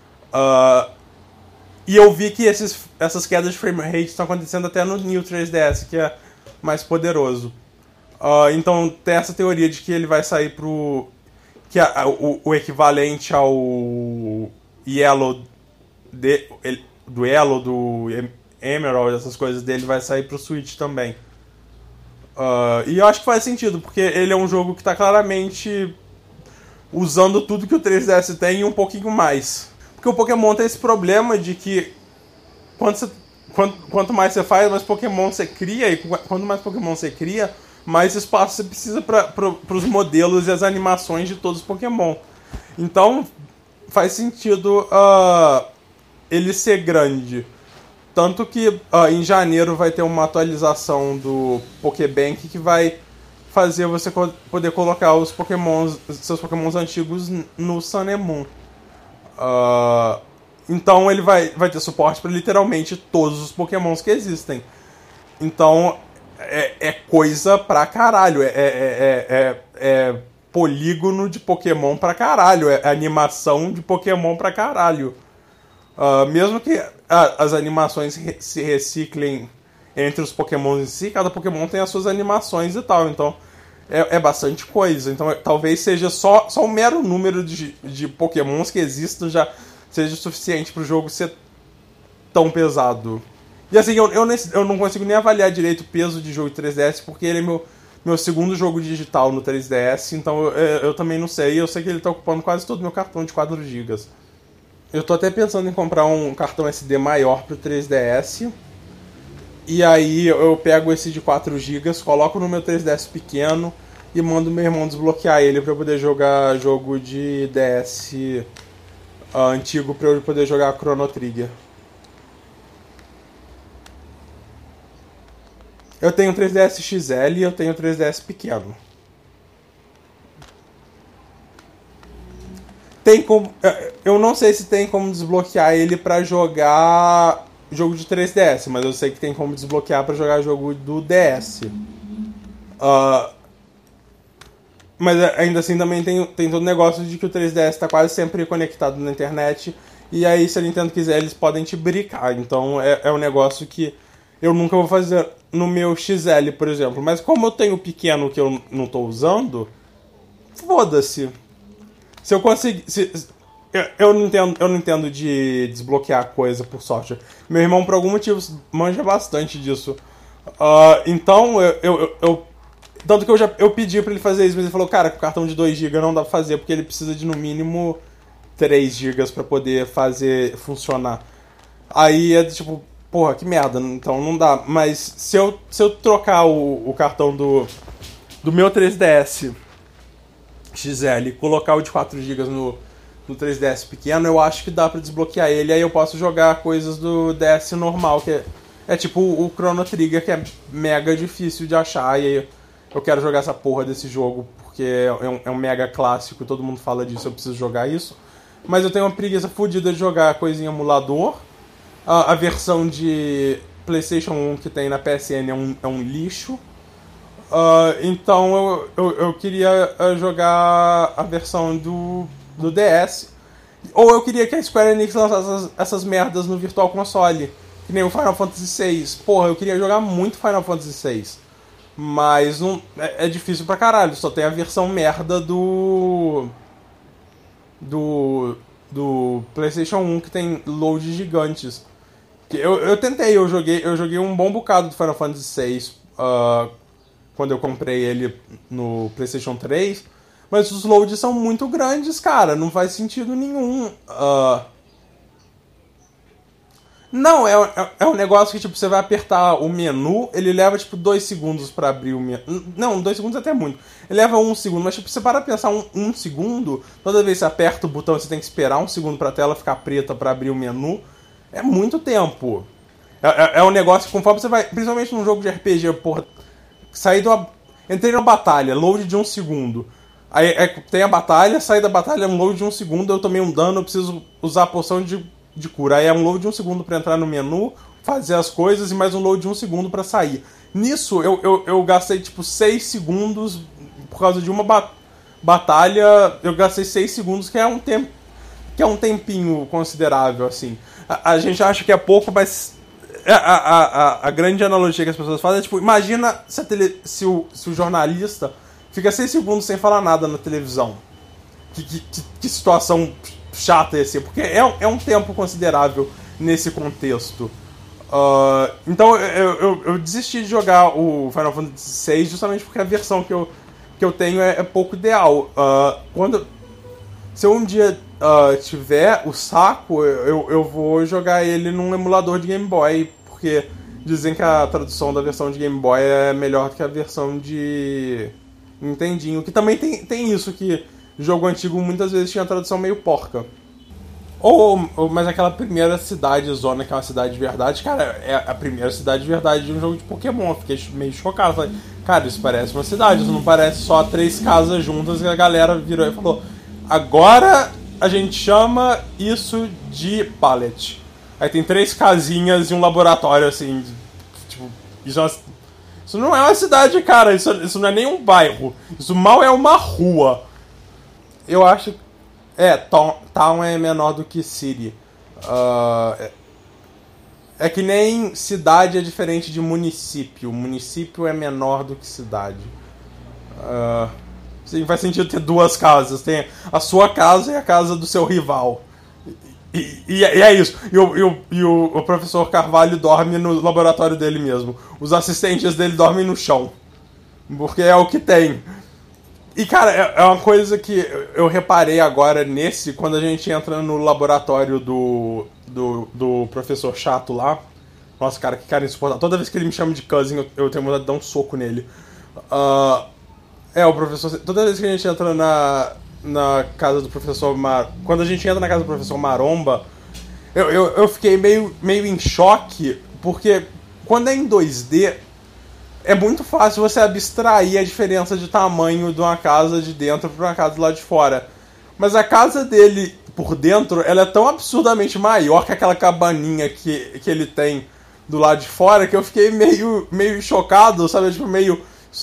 E eu vi que essas quedas de frame rate estão acontecendo até no New 3DS, que é mais poderoso. Então tem essa teoria de que ele vai sair pro... que o equivalente ao Yellow do Yellow, do Emerald, essas coisas dele vai sair pro Switch também. E eu acho que faz sentido, porque ele é um jogo que está claramente usando tudo que o 3DS tem e um pouquinho mais. Porque o Pokémon tem esse problema de que quanto mais você faz, mais Pokémon você cria, e quanto mais Pokémon você cria, mais espaço você precisa para os modelos e as animações de todos os Pokémon. Então faz sentido ele ser grande. Tanto que em janeiro vai ter uma atualização do Pokébank que vai fazer você poder colocar seus Pokémons antigos no Sun and Moon. Então ele vai ter suporte para literalmente todos os Pokémons que existem. Então é coisa pra caralho. É polígono de Pokémon pra caralho. É animação de Pokémon pra caralho. Mesmo que as animações se reciclem entre os Pokémons em si, cada Pokémon tem as suas animações e tal. Então é bastante coisa. Então talvez seja só o mero número de Pokémons que existam já seja suficiente pro jogo ser tão pesado. E assim, eu não consigo nem avaliar direito o peso de jogo de 3DS, porque ele é meu segundo jogo digital no 3DS, então eu também não sei. Eu sei que ele tá ocupando quase todo o meu cartão de 4 GB. Eu tô até pensando em comprar um cartão SD maior pro 3DS. E aí eu pego esse de 4 GB, coloco no meu 3DS pequeno e mando meu irmão desbloquear ele pra eu poder jogar jogo de DS antigo, pra eu poder jogar Chrono Trigger. Eu tenho 3DS XL e eu tenho 3DS pequeno. tem como... Eu não sei se tem como desbloquear ele pra jogar jogo de 3DS, mas eu sei que tem como desbloquear pra jogar jogo do DS. Mas ainda assim também tem todo o negócio de que o 3DS tá quase sempre conectado na internet. E aí, se a Nintendo quiser, eles podem te brincar. Então é um negócio que eu nunca vou fazer no meu XL, por exemplo. Mas como eu tenho o pequeno que eu não tô usando, foda-se. Se eu conseguir... Eu não entendo de desbloquear coisa por software. Meu irmão, por algum motivo, manja bastante disso. Então, tanto que eu pedi pra ele fazer isso, mas ele falou, cara, com cartão de 2 GB não dá pra fazer, porque ele precisa de no mínimo 3 GB pra poder fazer funcionar. Aí é tipo, porra, que merda, então não dá. Mas se eu trocar o cartão do meu 3DS XL e colocar o de 4 GB no 3DS pequeno, eu acho que dá pra desbloquear ele. Aí eu posso jogar coisas do DS normal, que é tipo o Chrono Trigger, que é mega difícil de achar. E aí eu quero jogar essa porra desse jogo, porque é um mega clássico, todo mundo fala disso, eu preciso jogar isso. Mas eu tenho uma preguiça fodida de jogar coisa em emulador. A versão de PlayStation 1 que tem na PSN é um lixo. Então eu queria jogar a versão do DS. Ou eu queria que a Square Enix lançasse essas merdas no Virtual Console, que nem o Final Fantasy VI. Porra, eu queria jogar muito Final Fantasy VI, mas não, é difícil pra caralho. Só tem a versão merda do PlayStation 1 que tem loads gigantes. Eu tentei, eu joguei um bom bocado do Final Fantasy VI quando eu comprei ele no PlayStation 3, mas os loads são muito grandes, cara, não faz sentido nenhum. Não, é um negócio que tipo, você vai apertar o menu, ele leva tipo 2 segundos pra abrir o menu. Não, 2 segundos é até muito. Ele leva 1 segundo, mas tipo, você para pensar um segundo, toda vez que você aperta o botão, você tem que esperar 1 segundo pra tela ficar preta pra abrir o menu. É muito tempo. É um negócio que conforme você vai, principalmente num jogo de RPG, porra, entrei na batalha, load de 1 segundo. Aí tem a batalha, saí da batalha, um load de 1 segundo, eu tomei um dano, eu preciso usar a poção de cura. Aí é um load de 1 segundo pra entrar no menu, fazer as coisas e mais um load de 1 segundo pra sair. Nisso, eu gastei tipo 6 segundos por causa de uma batalha. Eu gastei 6 segundos, que é um tempinho considerável, assim. A gente acha que é pouco, mas a grande analogia que as pessoas fazem é tipo, imagina se o jornalista fica 6 segundos sem falar nada na televisão. Que situação chata ia ser, porque é um tempo considerável nesse contexto. Então eu desisti de jogar o Final Fantasy VI justamente porque a versão que eu tenho é pouco ideal. Se eu um dia tiver o saco, eu vou jogar ele num emulador de Game Boy, porque dizem que a tradução da versão de Game Boy é melhor do que a versão de Nintendinho, que também tem isso, que jogo antigo muitas vezes tinha tradução meio porca. Mas aquela primeira cidade zona, que é uma cidade de verdade, cara, é a primeira cidade de verdade de um jogo de Pokémon. Eu fiquei meio chocado. Falei, cara, isso parece uma cidade, isso não parece só 3 casas juntas que a galera virou e falou: agora a gente chama isso de pallet. Aí tem 3 casinhas e um laboratório, assim, tipo, isso não é uma cidade, cara, isso não é nem um bairro, isso mal é uma rua. Eu acho... Town é menor do que City. É que nem cidade é diferente de município. Município é menor do que cidade. Sim, faz sentido ter 2 casas. Tem a sua casa e a casa do seu rival. E é isso. E o professor Carvalho dorme no laboratório dele mesmo. Os assistentes dele dormem no chão. Porque é o que tem. E, cara, é uma coisa que eu reparei agora quando a gente entra no laboratório do professor chato lá. Nossa, cara, que cara insuportável. Toda vez que ele me chama de cousin, eu tenho vontade de dar um soco nele. O professor... Toda vez que a gente entra na casa do professor quando a gente entra na casa do professor Maromba, eu fiquei meio em choque, porque quando é em 2D... é muito fácil você abstrair a diferença de tamanho de uma casa de dentro para uma casa lá de fora. Mas a casa dele, por dentro, ela é tão absurdamente maior que aquela cabaninha que ele tem do lado de fora, que eu fiquei meio chocado, sabe? Tipo, meio...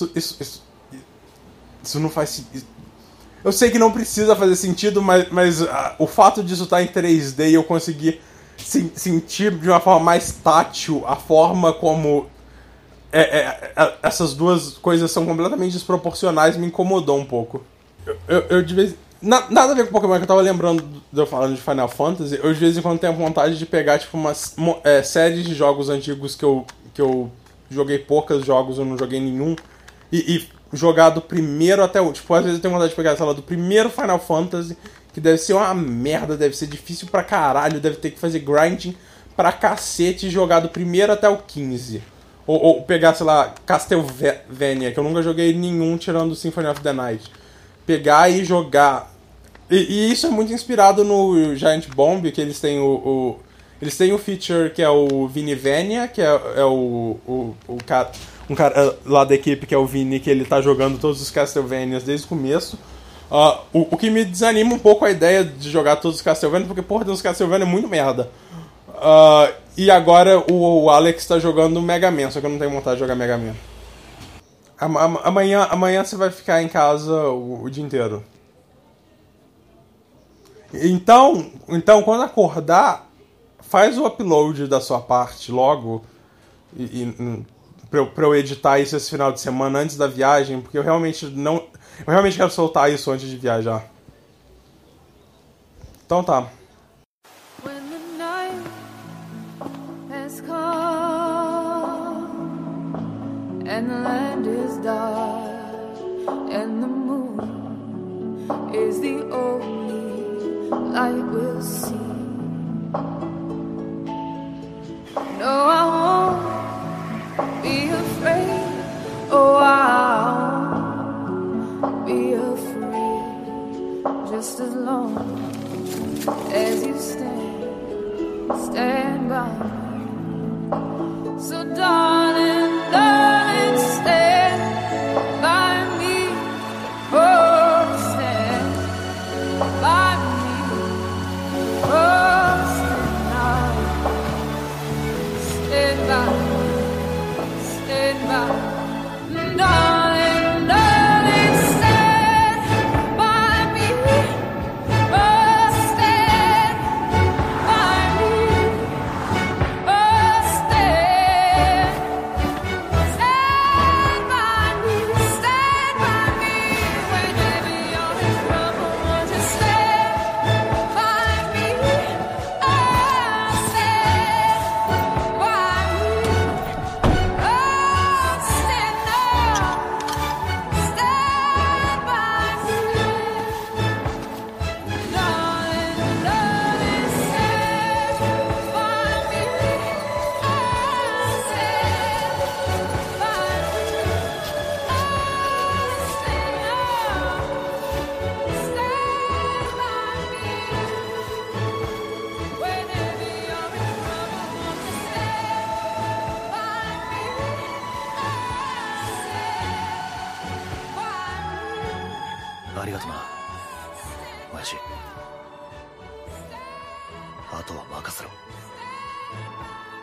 Isso não faz sentido. Eu sei que não precisa fazer sentido, mas o fato disso estar em 3D e eu conseguir sentir de uma forma mais tátil a forma como essas duas coisas são completamente desproporcionais me incomodou um pouco. Eu de vez... Nada a ver com Pokémon, que eu tava lembrando de eu falando de Final Fantasy. Eu de vez em quando tenho vontade de pegar tipo umas séries de jogos antigos que eu joguei poucos jogos, eu não joguei nenhum, e jogar do primeiro até o... Tipo, às vezes eu tenho vontade de pegar, sei lá, do primeiro Final Fantasy, que deve ser uma merda, deve ser difícil pra caralho, deve ter que fazer grinding pra cacete e jogar do primeiro até o 15. Ou pegar, sei lá, Castlevania, que eu nunca joguei nenhum tirando Symphony of the Night. Pegar e jogar. E isso é muito inspirado no Giant Bomb, que eles têm eles têm o feature que é o Vinivania, que é o cara, um cara lá da equipe que é o Vini, que ele tá jogando todos os Castlevanias desde o começo. O que me desanima um pouco a ideia de jogar todos os Castlevania, porque, porra, os Castlevania é muito merda. E agora o Alex tá jogando Mega Man, só que eu não tenho vontade de jogar Mega Man. Amanhã você vai ficar em casa o dia inteiro. Então, quando acordar, faz o upload da sua parte logo pra eu editar isso esse final de semana antes da viagem, porque eu realmente quero soltar isso antes de viajar. Então tá. And the land is dark, and the moon is the only light we'll see. No, I won't be afraid. Oh, I won't be afraid. Just as long as you stand by me. So, darling, darling, stand by me. Oh, stand by me. Oh, stand by, darling, darling, stand by me. Oh, stand by me. Oh, stand by me. Stand by me. Whenever you're in trouble, won't you stand by me? Oh, stand by me. Oh, stand up. Stand by me. Darling, darling, stand by me. Oh, stand by me. Oh, stand up. Stand by me. Whenever you're in trouble, won't you stand by me? Oh, stand by me. ありがとな親父。あとは任せろ。